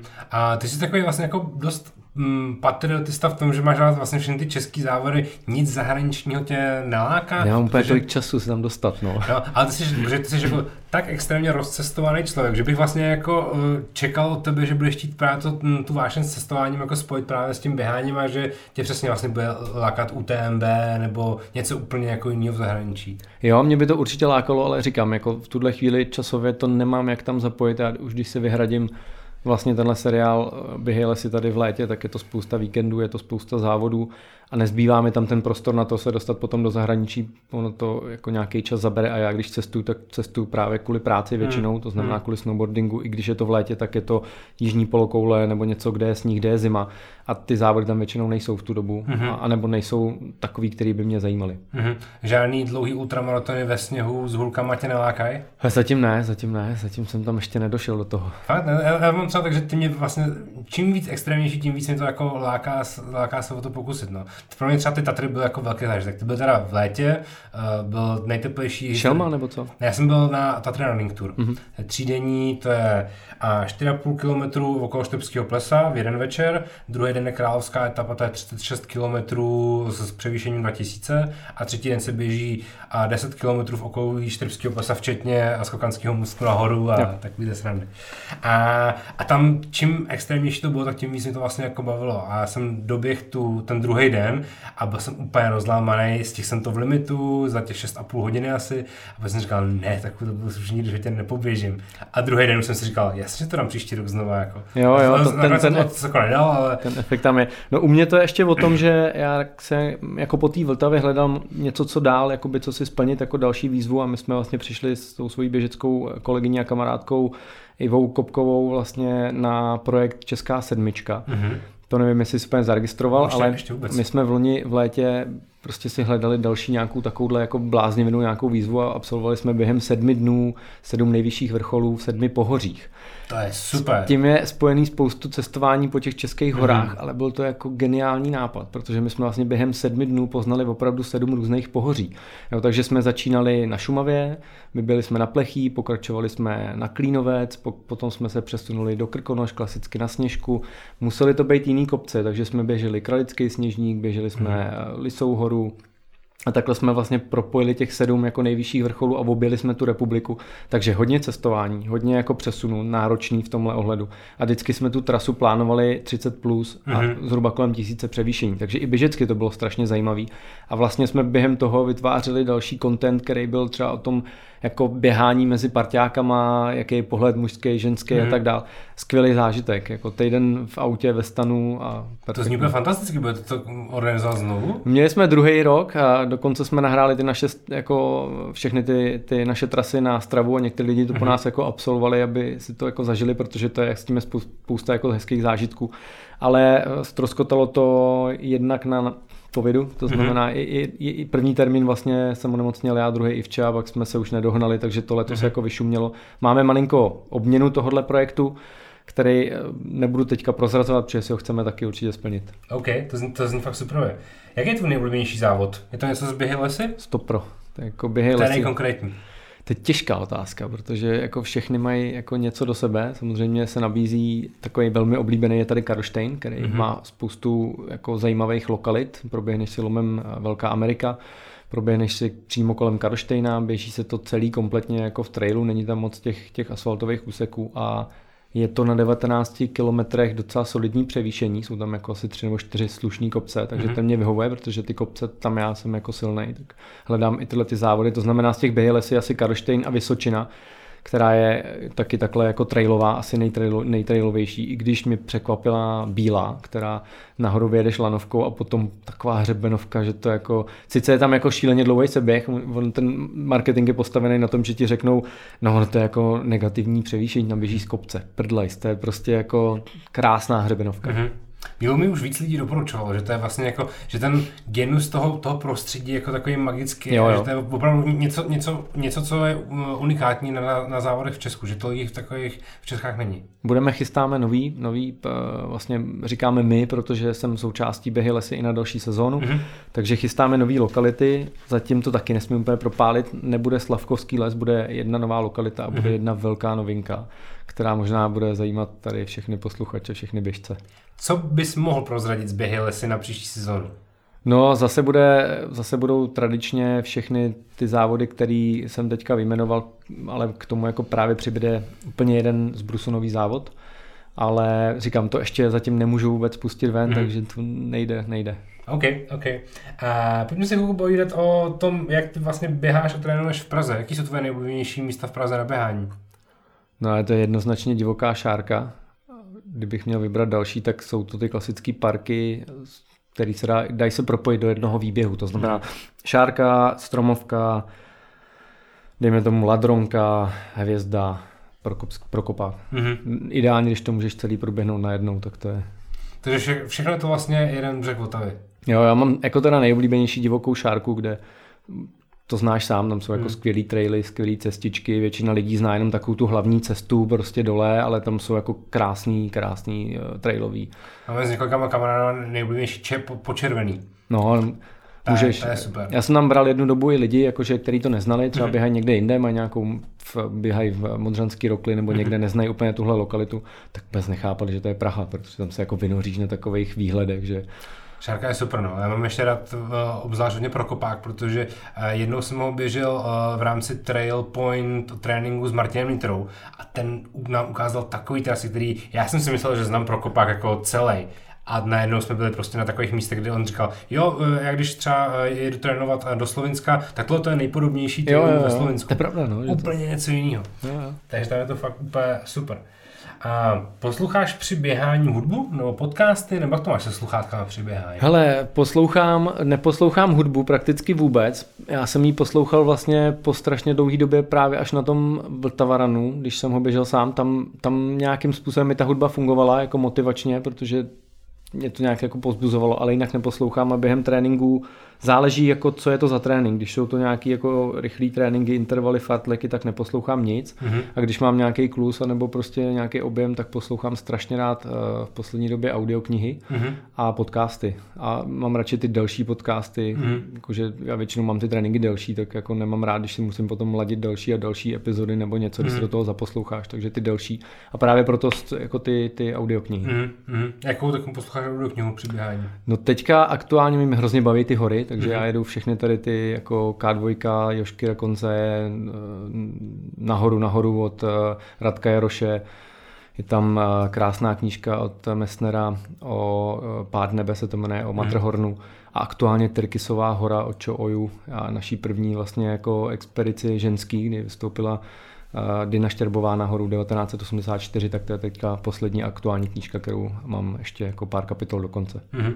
A ty jsi takový vlastně jako dost patriotista v tom, že máš rád vlastně všechny ty český závody, nic zahraničního tě neláká? Nemám úplně tolik času se tam dostat, no. Ale ty jsi jako tak extrémně rozcestovaný člověk, že bych vlastně jako čekal od tebe, že budeš chtít právě tu vášeň s cestováním jako spojit právě s tím běháním a že tě přesně vlastně bude lákat UTMB nebo něco úplně jako jiného v zahraničí. Jo, mě by to určitě lákalo, ale říkám, jako v tuhle chvíli časově to nemám jak tam zapojit, já už když si vyhradím vlastně tenhle seriál Běhejle si tady v létě, tak je to spousta víkendů, je to spousta závodů a nezbývá mi tam ten prostor na to se dostat potom do zahraničí, ono to jako nějaký čas zabere a já když cestuju, tak cestuju právě kvůli práci většinou, to znamená kvůli snowboardingu, i když je to v létě, tak je to jižní polokoule nebo něco, kde je sníh, kde je zima a ty závody tam většinou nejsou v tu dobu, anebo nejsou takový, který by mě zajímali. Žádný dlouhý ultramaratony ve sněhu s hulkama tě nelákají? Zatím ne, zatím jsem tam ještě nedošel do toho. Fakt, já mám třeba tak, že ty mě vlastně, čím víc extrémnější, tím víc mě to jako láká se o to pokusit, no. Pro mě třeba ty Tatry byly jako velký zážitek. Ty byl teda v létě, byl nejteplejší. Šelma nebo co? Já jsem byl na Tatry Running Tour. Třídenní, to je 4,5 km okolo Štrbského plesa v jeden večer, druhý den je královská etapa, to je 36 km s převýšením 2000 a třetí den se běží 10 km v okolí Štrbského plesa, včetně skokanského mostu nahoru a takovýhle srandy. A tam čím extrémnější to bylo, tak tím víc mi to vlastně jako bavilo. A já jsem doběhl ten druhý den a byl jsem úplně rozlámaný, stihl jsem to v limitu za těch 6,5 hodiny asi a pak jsem říkal, ne, tak to už nikdy v životě nepoběžím. A druhý den už jsem si říkal, jasně, že to dám příští rok znova. Jako. Jo, ten efekt tam je. No u mě to je ještě o tom, že já se jako po té Vltavě hledám něco, co dál, jakoby, co si splnit jako další výzvu a my jsme vlastně přišli s tou svojí běžeckou kolegyní a kamarádkou Ivou Kopkovou vlastně na projekt Česká sedmička. To nevím, jestli jsi úplně zaregistroval, ale my jsme v loni v létě prostě si hledali další nějakou takovouhle jako bláznivou nějakou výzvu a absolvovali jsme během 7 dnů 7 nejvyšších vrcholů v 7 pohořích. To je super. S tím je spojený spoustu cestování po těch českých horách, ale byl to jako geniální nápad, protože my jsme vlastně během 7 dnů poznali opravdu 7 různých pohoří. Jo, takže jsme začínali na Šumavě, byli jsme na Plechí, pokračovali jsme na Klínovec, potom jsme se přesunuli do Krkonoš, klasicky na Sněžku. Museli to být jiný kopce, takže jsme běželi Kralický Sněžník, běželi jsme Lisou horu, A takhle jsme vlastně propojili těch 7 jako nejvyšších vrcholů a objeli jsme tu republiku. Takže hodně cestování, hodně jako přesunu, náročný v tomhle ohledu. A vždycky jsme tu trasu plánovali 30 plus a zhruba kolem 1000 převýšení. Takže i běžecky to bylo strašně zajímavý. A vlastně jsme během toho vytvářeli další content, který byl třeba o tom jako běhání mezi parťákama, jaký je pohled mužský, ženský a tak dál. Skvělý zážitek, jako týden v autě ve stanu. A to zní úplně fantasticky, bude to organizovat znovu? Měli jsme druhý rok a dokonce jsme nahráli ty naše, jako všechny ty naše trasy na Stravu a někteří lidi to po nás jako absolvovali, aby si to jako zažili, protože to je s tím spousta jako hezkých zážitků. Ale ztroskotalo to jednak na covidu, to znamená i první termín vlastně jsem onemocněl já, druhý Ivča, a pak jsme se už nedohnali, takže to letos jako vyšumělo. Máme malinko obměnu tohohle projektu, který nebudu teďka prozrazovat, protože si ho chceme taky určitě splnit. OK, to zní fakt super. Jaký je tvůj nejoblíbenější závod? Je to něco z běhy lesy? Stopro. To je jako běhy lesy. To je nejkonkrétní. To je těžká otázka, protože jako všechny mají jako něco do sebe. Samozřejmě se nabízí takový velmi oblíbený je tady Karlštejn, který má spoustu jako zajímavých lokalit. Proběhneš si lomem Velká Amerika, proběhneš si přímo kolem Karlštejna, běží se to celý kompletně jako v trailu, není tam moc těch asfaltových úseků a je to na 19 kilometrech docela solidní převýšení, jsou tam jako asi 3 nebo 4 slušný kopce, takže to mě vyhovuje, protože ty kopce tam já jsem jako silnej, tak hledám i tyhle ty závody, to znamená z těch běhy lesy asi Karlštejn a Vysočina, která je taky takhle jako trailová, asi nejtrailovější, i když mi překvapila Bílá, která nahoru vyjedeš lanovkou a potom taková hřebenovka, že to jako, sice je tam jako šíleně dlouhý seběh, ten marketing je postavený na tom, že ti řeknou, no to je jako negativní převýšení, tam běží z kopce, prdlejs, to je prostě jako krásná hřebenovka. Bylo mi už víc lidí doporučovalo, že to je vlastně jako, že ten genus toho prostředí je jako takový magický, jo. Že to je opravdu něco, co je unikátní na závodech v Česku, že to lidí v Čechách není. Chystáme nový, vlastně říkáme my, protože jsem součástí běhy lesy i na další sezónu, takže chystáme nový lokality, zatím to taky nesmím úplně propálit, nebude Slavkovský les, bude jedna nová lokalita a bude jedna velká novinka, která možná bude zajímat tady všechny posluchače, všechny běžce. Co bys mohl prozradit z běhy lesy na příští sezónu? No, zase budou tradičně všechny ty závody, které jsem teďka vyjmenoval, ale k tomu jako právě přibude úplně jeden zbrusunový závod. Ale říkám, to ještě zatím nemůžu vůbec pustit ven, takže to nejde. OK. A pojďme si povídat o tom, jak ty vlastně běháš a trénuješ v Praze. Jaký jsou tvoje nejoblíbenější místa v Praze na běhání? No, ale to je jednoznačně Divoká Šárka. Kdybych měl vybrat další, tak jsou to ty klasické parky, které se dají se propojit do jednoho výběhu. To znamená Šárka, Stromovka, dejme tomu Ladronka, Hvězda, Prokopák. Ideálně, když to můžeš celý proběhnout najednou, tak to je... Takže všechno je to vlastně jeden břeh Vltavy. Jo, já mám jako teda nejoblíbenější Divokou Šárku, kde to znáš sám, tam jsou jako skvělý traily, skvělý cestičky, většina lidí zná jenom takovou tu hlavní cestu prostě dole, ale tam jsou jako krásný trailový. Máme s několika kamarádama nejoblíbenější Počervený. No, můžeš. To je super. Já jsem tam bral jednu dobu i lidi, jakože, kteří to neznali, třeba běhají někde jinde, mají běhají v Modřanský Rokli nebo někde neznají úplně tuhle lokalitu, tak bez nechápali, že to je Praha, protože tam se jako vynoříš na takových výhledech, že... Šárka je super, no. Já mám ještě rád obzvlášť hodně Prokopák, protože jednou jsem ho běžel v rámci Trail Point tréninku s Martinem Nitrou a ten nám ukázal takový trasy, který já jsem si myslel, že znám Prokopák jako celý. A najednou jsme byli prostě na takových místech, kde on říkal, jo, já když třeba jedu trénovat do Slovinska, tak tohle je nejpodobnější trail ve Slovinsku. To je pravda, no. Úplně něco jiného. Takže tam je to fakt úplně super. A posloucháš při běhání hudbu nebo podcasty, nebo jak to máš se sluchátkama při běhání? Hele, neposlouchám hudbu prakticky vůbec. Já jsem ji poslouchal vlastně po strašně dlouhé době právě až na tom Vltavaranu, když jsem ho běžel sám. Tam nějakým způsobem mi ta hudba fungovala jako motivačně, protože mě to nějak jako povzbuzovalo, ale jinak neposlouchám a během tréninku záleží jako co je to za trénink. Když jsou to nějaký jako rychlý tréninky, intervaly, fartleky, tak neposlouchám nic. A když mám nějaký klus nebo prostě nějaký objem, tak poslouchám strašně rád v poslední době audioknihy a podcasty. A mám radši ty delší podcasty, jakože já většinou mám ty tréninky delší, tak jako nemám rád, když si musím potom ladit další a další epizody nebo něco, když si do toho zaposloucháš, takže ty delší. A právě proto jako ty audioknihy. Jakou takovou posloucháš audioknihu při běhání? No teďka aktuálně mě hrozně baví ty hory, takže já jedu všechny tady ty jako K2, Jošky Rakonce, nahoru od Radka Jaroše. Je tam krásná knížka od Messnera o Pád nebe se to jmenuje, o Matterhornu. A aktuálně Tyrkisová hora od Cho Oyu, a naší první vlastně jako expedici ženský, kdy vystoupila Dina Štěrbová nahoru 1984, tak to je teďka poslední aktuální knížka, kterou mám ještě jako pár kapitol do konce.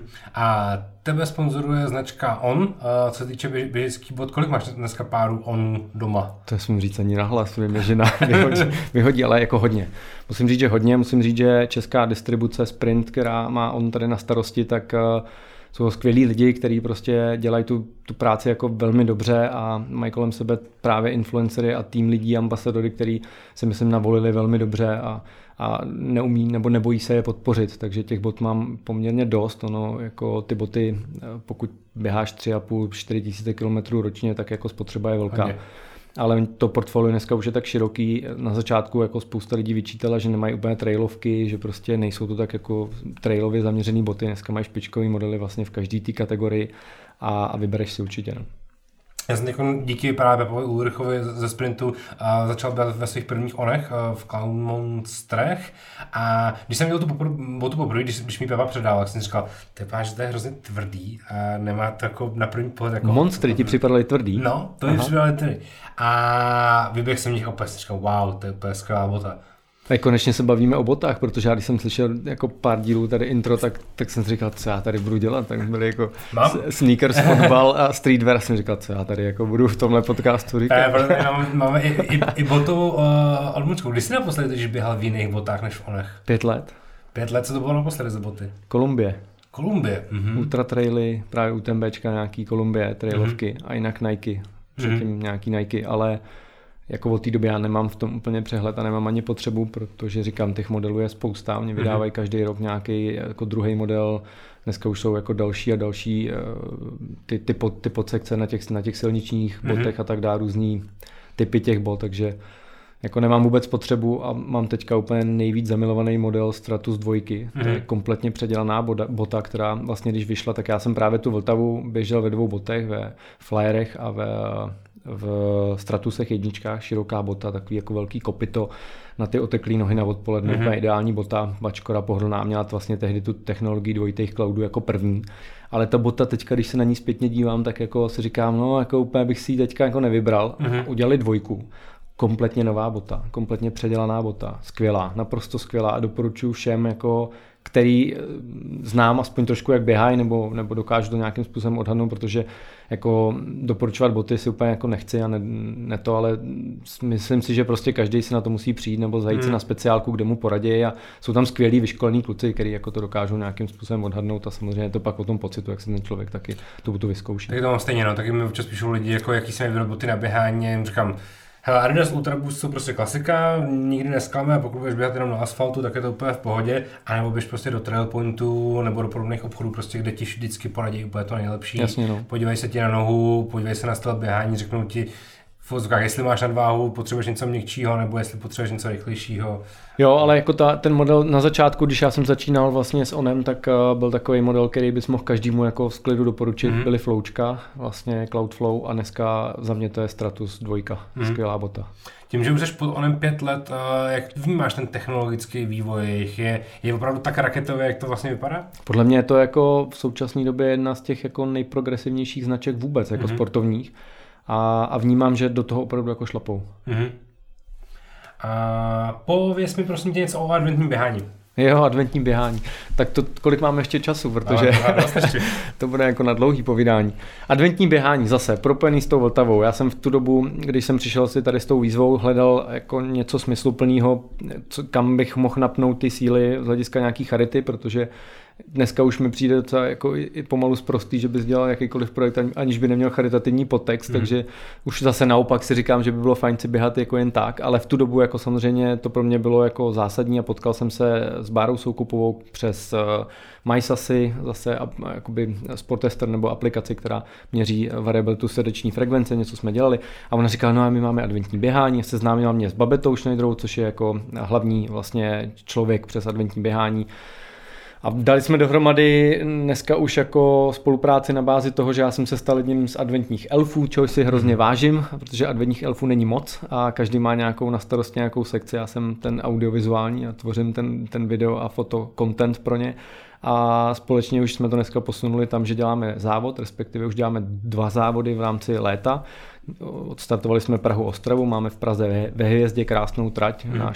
A tebe sponzoruje značka On, co se týče běžeckých bot. Kolik máš dneska párů On doma? To smím říct ani nahlas, mě žena vyhodí, ale jako hodně. Musím říct, že hodně, musím říct, že česká distribuce Sprint, která má On tady na starosti, tak jsou skvělí lidi, kteří prostě dělají tu práci jako velmi dobře a mají kolem sebe právě influencery a tým lidí, ambasadory, který si myslím navolili velmi dobře a neumí nebo nebojí se je podpořit, takže těch bot mám poměrně dost. Ono jako ty boty, pokud běháš 3,5-4 tisíce kilometrů ročně, tak jako spotřeba je velká. Ale to portfolio dneska už je tak široký. Na začátku jako spousta lidí vyčítala, že nemají úplně trailovky, že prostě nejsou to tak jako trailově zaměřený boty. Dneska mají špičkový modely vlastně v každé té kategorii a vybereš si určitě. No. Já jsem jako díky právě Pepovi Ulrichovi ze Sprintu začal být ve svých prvních Onech v Cloud Monsterech a když jsem měl tu botu poprvé, když mi Pepa předával, tak jsem říkal, že to je hrozně tvrdý a nemá to jako na první pohled jako... Monstry ti připadaly tvrdý? No, to mi připadaly tvrdý. A vyběhl jsem nich opět, říkal, wow, to je úplně skvělá bota. A konečně se bavíme o botách, protože já když jsem slyšel jako pár dílů tady intro, tak jsem si říkal, co já tady budu dělat, tak byly jako sneakers, fotbal a streetwear, jsem říkal, co já tady jako budu v tomhle podcastu říkat. Máme i botovou odmlčku. Kdy jsi naposledy, když běhal v jiných botách než v Onech? 5 let. 5 let, co to bylo naposledy za boty? Kolumbie. Ultra traily, právě UTMBčka, nějaký Kolumbie, trailovky a jinak Nike, předtím nějaký Nike, ale jako od té doby já nemám v tom úplně přehled a nemám ani potřebu, protože říkám, těch modelů je spousta, oni vydávají každý rok nějaký jako druhý model, dneska už jsou jako další a další ty podsekce na těch silničních botech a tak dále, různý typy těch bot, takže jako nemám vůbec potřebu a mám teďka úplně nejvíc zamilovaný model Stratus 2, to je kompletně předělaná bota, která vlastně když vyšla, tak já jsem právě tu Vltavu běžel ve 2 botech, ve Flyerech a v Stratusech jedničkách, široká bota, takový jako velký kopyto na ty oteklý nohy na odpoledne, ideální bota, Bačkora pohodlná, měla vlastně tehdy tu technologii dvojitých cloudů jako první, ale ta bota teďka, když se na ní zpětně dívám, tak jako si říkám, no jako úplně bych si ji teďka jako nevybral, udělali 2, kompletně nová bota, kompletně předělaná bota, skvělá, naprosto skvělá a doporučuji všem, jako který znám aspoň trošku, jak běhají, nebo dokážu to nějakým způsobem odhadnout, protože jako doporučovat boty si úplně jako nechci a ne to, ale myslím si, že prostě každý si na to musí přijít nebo zajít si na speciálku, kde mu poradí a jsou tam skvělí vyškolení kluci, kteří jako to dokážou nějakým způsobem odhadnout a samozřejmě je to pak o tom pocitu, jak se ten člověk taky tu botu vyzkouší. Tak to mám stejně, no, taky mi občas píšou lidi, jako jaký se mi vybrat boty na běhání, jim říkám, hele, Adidas Ultra Boost jsou prostě klasika, nikdy nesklame a pokud budeš běhat jenom na asfaltu, tak je to úplně v pohodě, anebo běž prostě do trail pointu nebo do podobných obchodů, prostě, kde ti vždycky poradí úplně to nejlepší. Jasně, no. Podívej se ti na nohu, podívej se na styl běhání, řeknou ti v vozovkách, jestli máš nadváhu, potřebuješ něco měkčího, nebo jestli potřebuješ něco rychlejšího. Jo, ale jako ten model na začátku, když já jsem začínal vlastně s Onem, tak byl takový model, který bys mohl každému jako z klidu doporučit, byly Flowčka, vlastně Cloudflow a dneska za mě to je Stratus 2, skvělá bota. Tím, že už jsi pod Onem 5 let, jak vnímáš ten technologický vývoj, je opravdu tak raketový, jak to vlastně vypadá? Podle mě je to jako v současné době jedna z těch jako nejprogresivnějších značek vůbec, jako sportovních. A vnímám, že do toho opravdu jako šlapou. A pověz mi prosím tě něco o adventním běhání. Jo, adventní běhání. Tak to, kolik máme ještě času, protože to bude jako na dlouhý povídání. Adventní běhání zase, propojený s tou Vltavou. Já jsem v tu dobu, když jsem přišel si tady s tou výzvou, hledal jako něco smysluplného, kam bych mohl napnout ty síly z hlediska nějaký charity, protože dneska už mi přijde docela jako i pomalu sprostý, že bys dělal jakýkoliv projekt, aniž by neměl charitativní podtext, takže už zase naopak si říkám, že by bylo fajn si běhat jako jen tak, ale v tu dobu jako samozřejmě to pro mě bylo jako zásadní a potkal jsem se s Bárou Soukupovou přes MySasy, zase jakoby Sportester nebo aplikaci, která měří variabilitu srdeční frekvence, něco jsme dělali a ona říkala, no a my máme adventní běhání, seznámila mě s Babetou Schneiderovou, což je jako hlavní vlastně člověk přes adventní běhání. A dali jsme dohromady dneska už jako spolupráci na bázi toho, že já jsem se stal jedním z adventních elfů, čehož si hrozně vážím, protože adventních elfů není moc a každý má nějakou na starosti nějakou sekci. Já jsem ten audiovizuální a tvořím ten video a foto content pro ně. A společně už jsme to dneska posunuli tam, že děláme závod, respektive už děláme 2 závody v rámci léta. Odstartovali jsme Prahu-Ostravu, máme v Praze ve Hvězdě krásnou trať na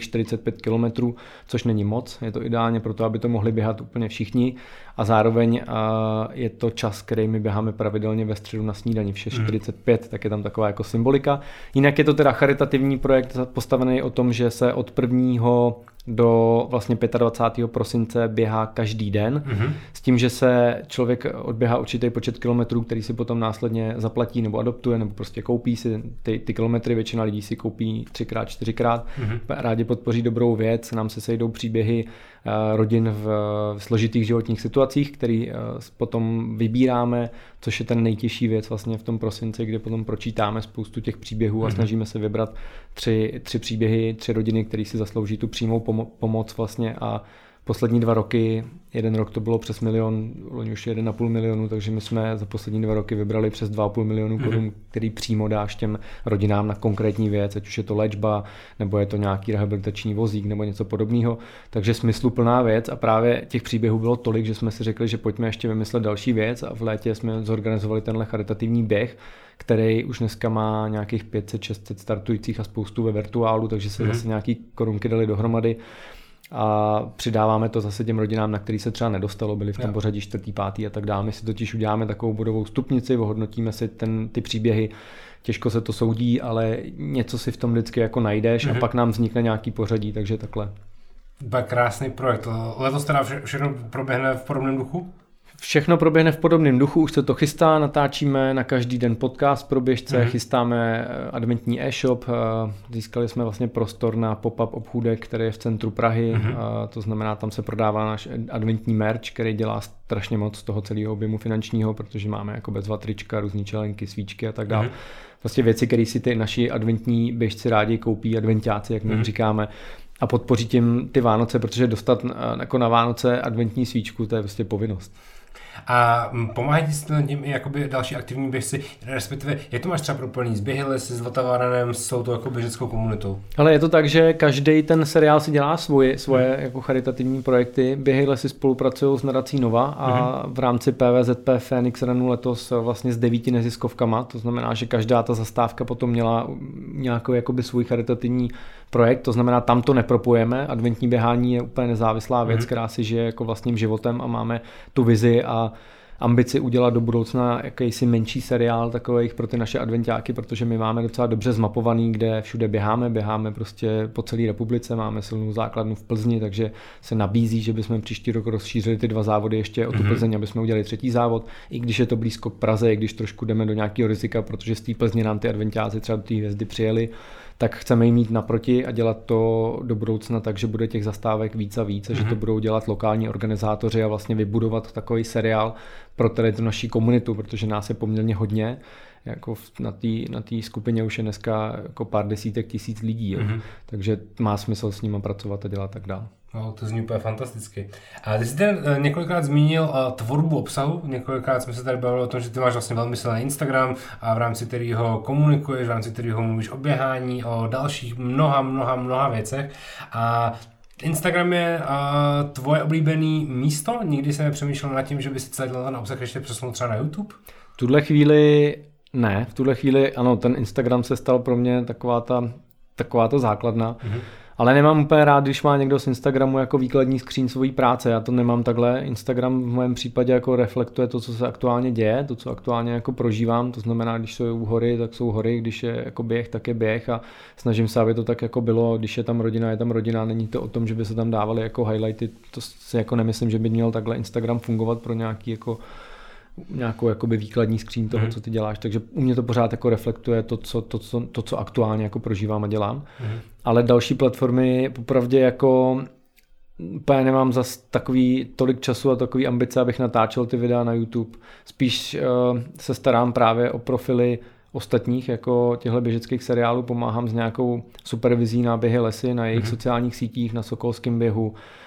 6,45 km, což není moc, je to ideálně pro to, aby to mohli běhat úplně všichni a zároveň je to čas, který my běháme pravidelně ve středu na snídani v 6:45, tak je tam taková jako symbolika. Jinak je to teda charitativní projekt postavený o tom, že se od 1. do vlastně 25. prosince běhá každý den, s tím, že se člověk odběhá určitý počet kilometrů, který si potom následně zaplatí nebo adoptuje, nebo prostě koupí si ty kilometry, většina lidí si koupí 3x, 4x, rádi podpoří dobrou věc, nám se sejdou příběhy rodin v složitých životních situacích, který potom vybíráme, což je ten nejtěžší věc vlastně v tom prosinci, kde potom pročítáme spoustu těch příběhů a snažíme se vybrat 3 příběhy, 3 rodiny, které si zaslouží tu přímou pomoc vlastně a poslední 2 roky, jeden rok to bylo přes 1 milion, loni už 1,5 milionu, takže my jsme za poslední 2 roky vybrali přes 2,5 milionu korun, který přímo dáš těm rodinám na konkrétní věc, ať už je to léčba, nebo je to nějaký rehabilitační vozík, nebo něco podobného. Takže smysluplná věc a právě těch příběhů bylo tolik, že jsme si řekli, že pojďme ještě vymyslet další věc a v létě jsme zorganizovali tenhle charitativní běh, který už dneska má nějakých 500-600 startujících a spoustu ve virtuálu, takže se zase nějaký korunky dali dohromady. A přidáváme to zase těm rodinám, na který se třeba nedostalo, byli v tom pořadí 4., 5. a tak dále. My si totiž uděláme takovou bodovou stupnici, ohodnotíme si ty příběhy, těžko se to soudí, ale něco si v tom vždycky jako najdeš a pak nám vznikne nějaký pořadí, takže takhle. Krásný projekt. Letos teda všechno proběhne v podobném duchu? Všechno proběhne v podobném duchu, už se to chystá, natáčíme na každý den podcast pro běžce, chystáme adventní e-shop, získali jsme vlastně prostor na pop-up obchůdek, který je v centru Prahy, to znamená, tam se prodává náš adventní merch, který dělá strašně moc z toho celého objemu finančního, protože máme jako bezva trička, různý čelenky, svíčky a tak dále. Vlastně věci, které si ty naši adventní běžci rádi koupí, adventáci, jak my jim říkáme, a podpoří tím ty Vánoce, protože dostat jako na Vánoce adventní svíčku, to je prostě povinnost. A pomáhají ti s tím i jakoby další aktivní běžci, respektive jak to máš třeba propojený s Běhy lesy, s Vltavaranem, s tou jako běžeckou komunitou? Ale je to tak, že každý ten seriál si dělá svoje jako charitativní projekty. Běhy lesy spolupracují s nadací Nova a v rámci PVZP Phoenix Runu letos vlastně s 9 neziskovkama, to znamená, že každá ta zastávka potom měla nějakou jakoby svůj charitativní projekt, to znamená, tam to nepropojeme. Adventní běhání je úplně nezávislá věc, která si žije jako vlastním životem a máme tu vizi a ambici udělat do budoucna jakýsi menší seriál takových pro ty naše adventáky, protože my máme docela dobře zmapovaný, kde všude běháme prostě po celé republice, máme silnou základnu v Plzni, takže se nabízí, že bychom příští rok rozšířili ty 2 závody ještě o tu Plzeň, aby jsme udělali 3. závod, i když je to blízko k Praze, i když trošku jdeme do nějakého rizika, protože z té Plzně nám ty adventáci třeba do té Hvězdy přijeli, tak chceme jim mít naproti a dělat to do budoucna tak, že bude těch zastávek víc a víc a že to budou dělat lokální organizátoři a vlastně vybudovat takový seriál pro tady tu naší komunitu, protože nás je poměrně hodně. Jako na té skupině už je dneska jako pár desítek tisíc lidí, takže má smysl s nimi pracovat a dělat tak dál. No, to zní úplně fantasticky. A ty jsi tady několikrát zmínil tvorbu obsahu, několikrát jsme se tady bavili o tom, že ty máš vlastně velmi silný Instagram a v rámci kterého komunikuješ, v rámci kterého mluvíš o běhání, o dalších mnoha věcech. A Instagram je tvoje oblíbené místo? Nikdy jsi nepřemýšlel nad tím, že by si celý ten obsah ještě přesunul třeba na YouTube? V tuhle chvíli ano, ten Instagram se stal pro mě taková ta základna. Ale nemám úplně rád, když má někdo z Instagramu jako výkladní skříň svojí práce. Já to nemám takhle. Instagram v mém případě jako reflektuje to, co se aktuálně děje, to, co aktuálně jako prožívám. To znamená, když jsou hory, tak jsou hory, když je jako běh, tak je běh a snažím se, aby to tak jako bylo. Když je tam rodina. Není to o tom, že by se tam dávaly jako highlighty. To si jako nemyslím, že by měl takhle Instagram fungovat pro nějakou jakoby výkladní skříň toho, co ty děláš. Takže u mě to pořád jako reflektuje to, co aktuálně jako prožívám a dělám. Ale další platformy popravdě jako úplně nemám zas tolik času a takový ambice, abych natáčel ty videa na YouTube. Spíš se starám právě o profily ostatních jako těchto běžeckých seriálů, pomáhám s nějakou supervizí na Běhy lesy, na jejich sociálních sítích, na Sokolském běhu,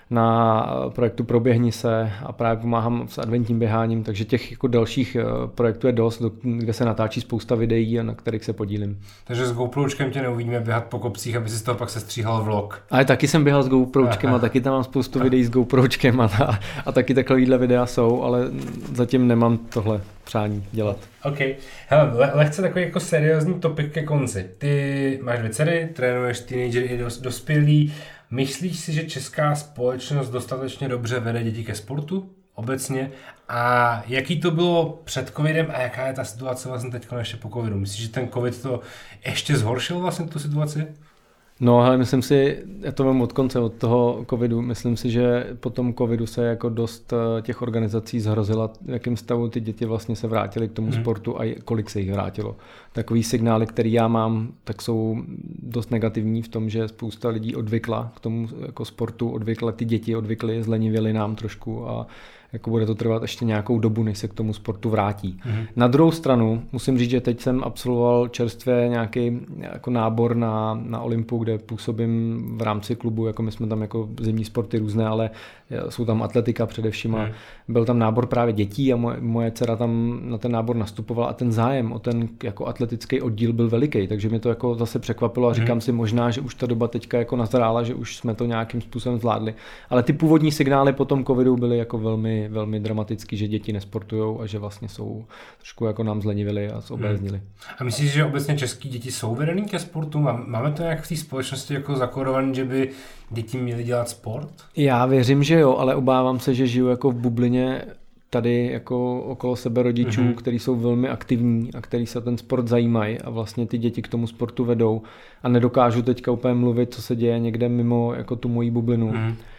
na projektu Proběhni se a právě pomáhám s adventním běháním, takže těch jako dalších projektů je dost, kde se natáčí spousta videí a na kterých se podílím. Takže s GoPročkem tě neuvidíme běhat po kopcích, aby si z toho pak sestříhal vlog. Ale taky jsem běhal s GoPročkem a taky tam mám spoustu videí s GoPročkem a taky takovýhle videa jsou, ale zatím nemám tohle přání dělat. OK. Hele, lehce takový jako seriózní topik ke konci. Ty máš 2 dcery, trénuješ teenagery i dospělí. Myslíš si, že česká společnost dostatečně dobře vede děti ke sportu obecně? A jaký to bylo před covidem a jaká je ta situace vlastně teď ještě po covidu? Myslíš, že ten covid to ještě zhoršil vlastně tu situaci? No, ale myslím si, já to mám od konce, od toho covidu, myslím si, že po tom covidu se jako dost těch organizací zhrozila, v jakém stavu ty děti vlastně se vrátily k tomu sportu a kolik se jich vrátilo. Takový signály, který já mám, tak jsou dost negativní v tom, že spousta lidí odvykla k tomu jako sportu, ty děti odvykly, zlenivěly nám trošku a jako bude to trvat ještě nějakou dobu, než se k tomu sportu vrátí. Na druhou stranu musím říct, že teď jsem absolvoval čerstvě nějaký jako nábor na Olympu, kde působím v rámci klubu, jako my jsme tam jako zimní sporty různé, ale jsou tam atletika především a byl tam nábor právě dětí a moje dcera tam na ten nábor nastupovala a ten zájem o ten jako atletický oddíl byl veliký, takže mě to jako zase překvapilo a říkám si možná, že už ta doba teďka jako nazrála, že už jsme to nějakým způsobem zvládli. Ale ty původní signály po tom covidu byly jako velmi dramatický, že děti nesportujou a že vlastně jsou trošku jako nám zlenivili a zobéznili. A myslíš, že obecně český děti jsou vedený ke sportu? Máme to nějak v té společnosti jako zakódovaný, že by děti měly dělat sport? Já věřím, že jo, ale obávám se, že žiju jako v bublině tady jako okolo sebe rodičů, kteří jsou velmi aktivní a kteří se o ten sport zajímají a vlastně ty děti k tomu sportu vedou a nedokážu teďka úplně mluvit, co se děje někde mimo jako tu moji bublinu.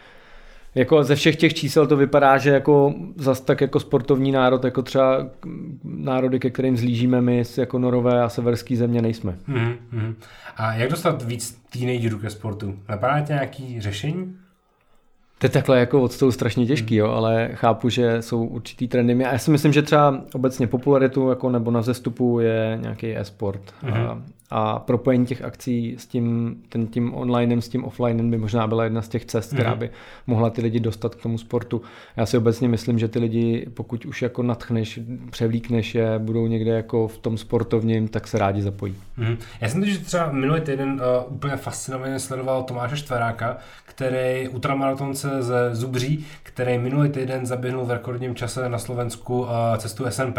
Jako ze všech těch čísel to vypadá, že jako zas tak jako sportovní národ, jako třeba národy, ke kterým zlížíme my, jako Norové a severský země nejsme. A jak dostat víc teenagerů ke sportu? Napadá tě nějaký řešení? To je takhle jako od stolu strašně těžký, jo, ale chápu, že jsou určitý trendy. A já si myslím, že třeba obecně popularitu jako nebo na vzestupu je nějaký e-sport. A propojení těch akcí s tím onlinem, s tím offlinem by možná byla jedna z těch cest, která by mohla ty lidi dostat k tomu sportu. Já si obecně myslím, že ty lidi, pokud už jako nadchneš, převlíkneš je, budou někde jako v tom sportovním, tak se rádi zapojí. Já jsem že třeba minulý týden úplně fascinovaně sledoval Tomáše Štveráka, který ultramaratonce ze Zubří, který minulý týden zaběhnul v rekordním čase na Slovensku cestu SNP.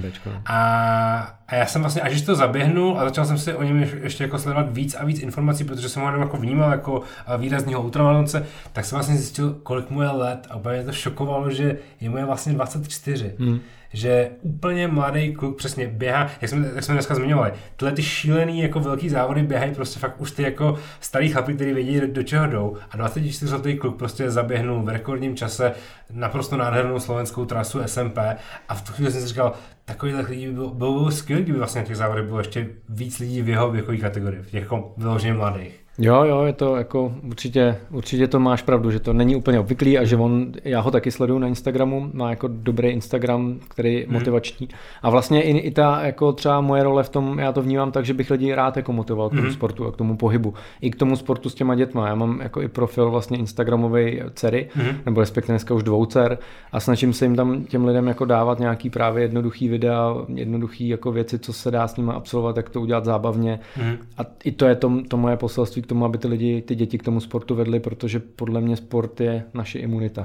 A já jsem vlastně, až to zaběhnul a začal jsem si o něm ještě jako sledovat víc a víc informací, protože jsem ho jako vnímal jako výrazného ultramaratonce, tak jsem vlastně zjistil, kolik mu je let a úplně mě to šokovalo, že mu je vlastně 24. Že úplně mladý kluk přesně běhá, jak jsme dneska zmiňovali, tyhle ty šílený jako velký závody běhají prostě fakt už ty jako starý chlapi, kteří vědí, do čeho jdou a 24letý kluk prostě zaběhnul v rekordním čase naprosto nádhernou slovenskou trasu SMP a v tu chvíli jsem si říkal, takovýhle lidí bylo skvělý, kdyby vlastně na těch závodech bylo ještě víc lidí v jeho věkové kategorii, v těch jako vyloženě mladých. Jo, je to jako určitě to máš pravdu, že to není úplně obvyklý a že já ho taky sleduju na Instagramu, má jako dobrý Instagram, který je motivační a vlastně i ta jako třeba moje role v tom, já to vnímám tak, že bych lidi rád jako motivoval k tomu sportu a k tomu pohybu, i k tomu sportu s těma dětma. Já mám jako i profil vlastně Instagramovej dcery, nebo respektive dneska už 2 dcer a snažím se jim tam těm lidem jako dávat nějaký právě jednoduchý videa, jednoduchý jako věci, co se dá s nimi absolvovat, jak to udělat zábavně a i to je to moje poselství k tomu, aby ty děti k tomu sportu vedly, protože podle mě sport je naše imunita.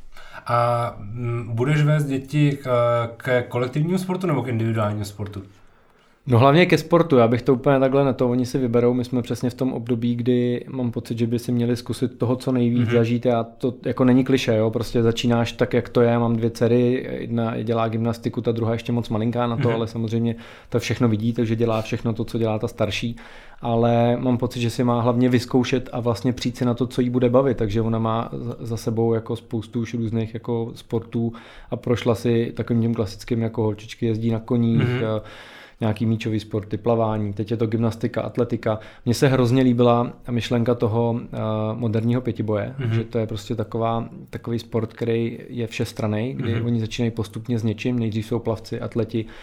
A budeš vést děti k kolektivnímu sportu nebo k individuálnímu sportu? No hlavně ke sportu, já bych to úplně takhle na to, oni si vyberou, my jsme přesně v tom období, kdy mám pocit, že by si měli zkusit toho, co nejvíc zažít a to jako není klišé, jo, prostě začínáš tak, jak to je, mám 2 dcery, jedna dělá gymnastiku, ta druhá ještě moc malinká na to, ale samozřejmě to všechno vidí, takže dělá všechno to, co dělá ta starší, ale mám pocit, že si má hlavně vyzkoušet a vlastně přijít si na to, co jí bude bavit, takže ona má za sebou jako spoustu už různých jako sportů a prošla si takovým tím klasickým, jako holčičky jezdí na koních, nějaký míčový sporty, plavání, teď je to gymnastika, atletika. Mně se hrozně líbila myšlenka toho moderního pětiboje, že to je prostě takový sport, který je všestranný, kdy oni začínají postupně s něčím, nejdřív jsou plavci, atleti,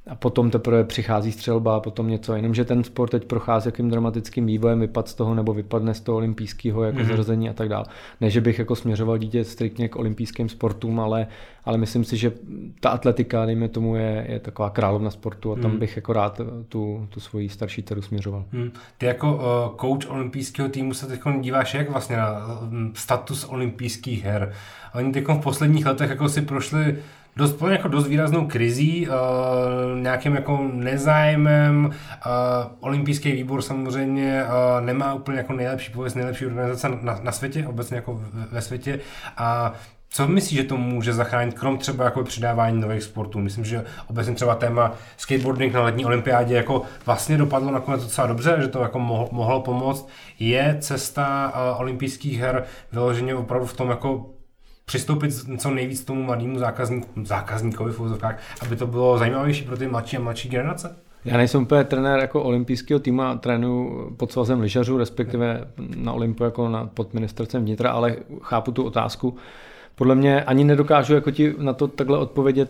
a potom teprve přichází střelba a potom něco. Jenomže ten sport teď prochází jakým dramatickým vývojem, vypadne z toho olympijského jako zařazení a tak dále. Ne, že bych jako směřoval dítě striktně k olympijským sportům, ale myslím si, že ta atletika, dejme tomu, je taková královna sportu a tam bych jako rád tu svoji starší dceru směřoval. Ty jako coach olympijského týmu se teď díváš jak vlastně na status olympijských her. Oni teď v posledních letech jako si prošli dost výraznou krizí, nějakým jako nezájmem. Olympijský výbor samozřejmě nemá úplně jako nejlepší organizace na světě, obecně jako ve světě. A co myslíš, že to může zachránit, krom třeba jako přidávání nových sportů? Myslím, že obecně třeba téma skateboarding na letní olympiádě jako vlastně dopadlo nakonec docela dobře, že to jako mohlo pomoct. Je cesta olympijských her vyloženě opravdu v tom jako přistoupit co nejvíc tomu mladému zákazníkovi v úzovkách, aby to bylo zajímavější pro ty mladší a mladší generace? Já nejsem úplně trenér jako olympijského týmu a trénuju pod svazem lyžařů, respektive na Olympu jako pod ministerstvem vnitra, ale chápu tu otázku. Podle mě ani nedokážu jako ti na to takhle odpovědět,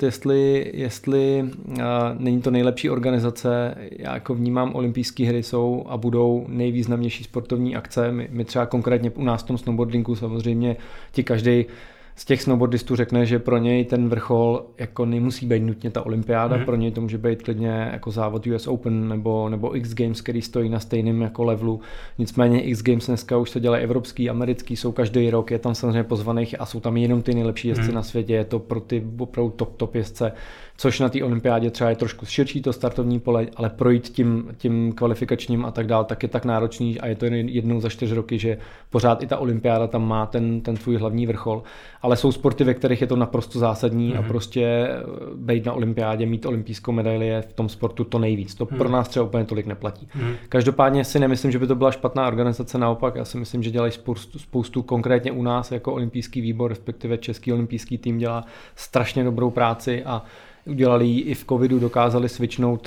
jestli není to nejlepší organizace. Já jako vnímám, olympijské hry jsou a budou nejvýznamnější sportovní akce. My třeba konkrétně u nás v tom snowboardingu samozřejmě ti každý z těch snowboardistů řekne, že pro něj ten vrchol jako nemusí být nutně ta olympiáda, pro něj to může být klidně jako závod US Open nebo X Games, který stojí na stejném jako levelu. Nicméně X Games dneska už to dělají evropský, americký, jsou každý rok, je tam samozřejmě pozvaných a jsou tam jenom ty nejlepší jezdci na světě, je to pro ty opravdu top jezdce, což na té olympiádě třeba je trošku širší to startovní pole, ale projít tím kvalifikačním a tak dál, tak je tak náročný a je to jednou za 4 roky, že pořád i ta olympiáda tam má ten tvůj hlavní vrchol. Ale jsou sporty, ve kterých je to naprosto zásadní a prostě být na olympiádě, mít olympijskou medaili je v tom sportu to nejvíc. To pro nás třeba úplně tolik neplatí. Každopádně si nemyslím, že by to byla špatná organizace, naopak já si myslím, že dělají spoustu konkrétně u nás jako olympijský výbor, respektive český olympijský tým dělá strašně dobrou práci a udělali ji i v covidu, dokázali switchnout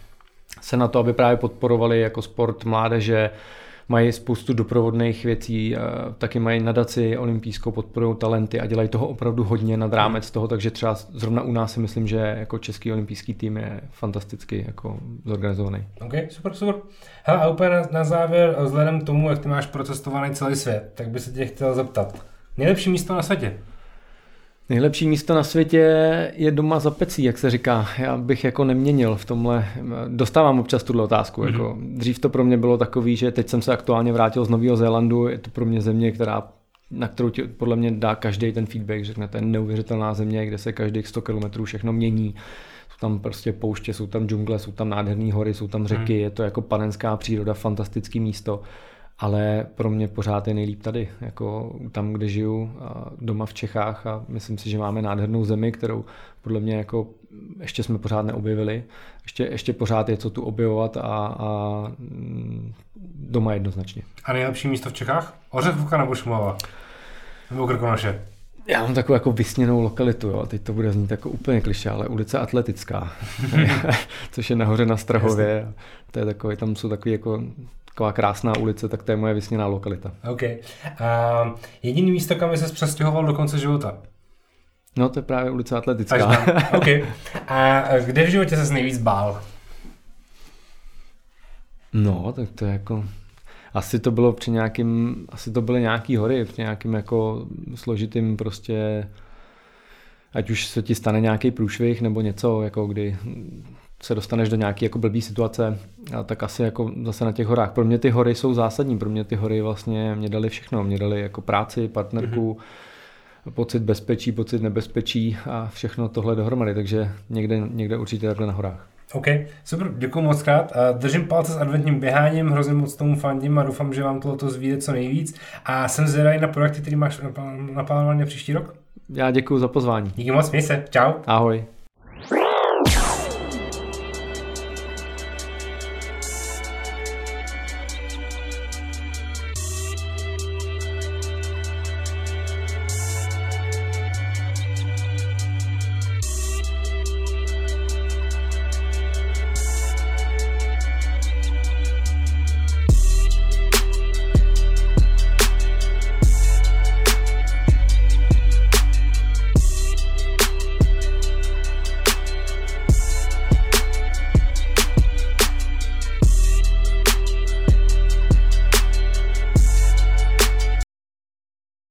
se na to, aby právě podporovali jako sport mládeže, mají spoustu doprovodných věcí, taky mají nadaci olympijskou, podporují talenty a dělají toho opravdu hodně nad rámec toho, takže třeba zrovna u nás si myslím, že jako český olympijský tým je fantasticky jako zorganizovaný. OK, super. Hele, a úplně na závěr, vzhledem k tomu, jak ty máš procestovaný celý svět, tak by se tě chtěl zeptat. Nejlepší místo na světě? Nejlepší místo na světě je doma za pecí, jak se říká. Já bych jako neměnil v tomhle. Dostávám občas tuhle otázku. Jako dřív to pro mě bylo takový, že teď jsem se aktuálně vrátil z Nového Zélandu. Je to pro mě země, na kterou ti podle mě dá každý ten feedback. Řekne, to je neuvěřitelná země, kde se každých 100 km všechno mění. Jsou tam prostě pouště, jsou tam džungle, jsou tam nádherné hory, jsou tam řeky. Je to jako panenská příroda, fantastické místo. Ale pro mě pořád je nejlíp tady, jako tam, kde žiju, doma v Čechách a myslím si, že máme nádhernou zemi, kterou podle mě jako ještě jsme pořád neobjevili. Ještě pořád je co tu objevovat a doma jednoznačně. A nejlepší místo v Čechách? Ořechovka nebo Šumava? Nebo Krkonoše? Já mám takovou jako vysněnou lokalitu, jo. Teď to bude znít jako úplně klišé, ale ulice Atletická, což je nahoře na Strahově. To je takový, tam jsou takový jako taková krásná ulice, tak to je moje vysněná lokalita. OK. Jediný místo, kam jsi se přestěhoval do konce života? No, to je právě ulice Atletická. OK. A kde v životě ses nejvíc bál? No, tak to je jako... Asi to bylo asi to byly nějaký hory, při nějakým jako složitým prostě... Ať už se ti stane nějaký průšvih nebo něco, jako kdy se dostaneš do nějaké jako blbý situace, tak asi jako zase na těch horách. Pro mě ty hory jsou zásadní, pro mě ty hory vlastně mě dali všechno. Mě dali jako práci, partnerku, pocit bezpečí, pocit nebezpečí a všechno tohle dohromady, takže někde určitě takhle na horách. OK, super, děkuji moc krát. Držím palce s adventním běháním, hrozně moc tomu fandím a doufám, že vám tohleto zvíde co nejvíc. A jsem zvědavý na projekty, který máš naplánované příští rok. Já děkuji za pozvání. Díky moc, měj se, čau. Ahoj.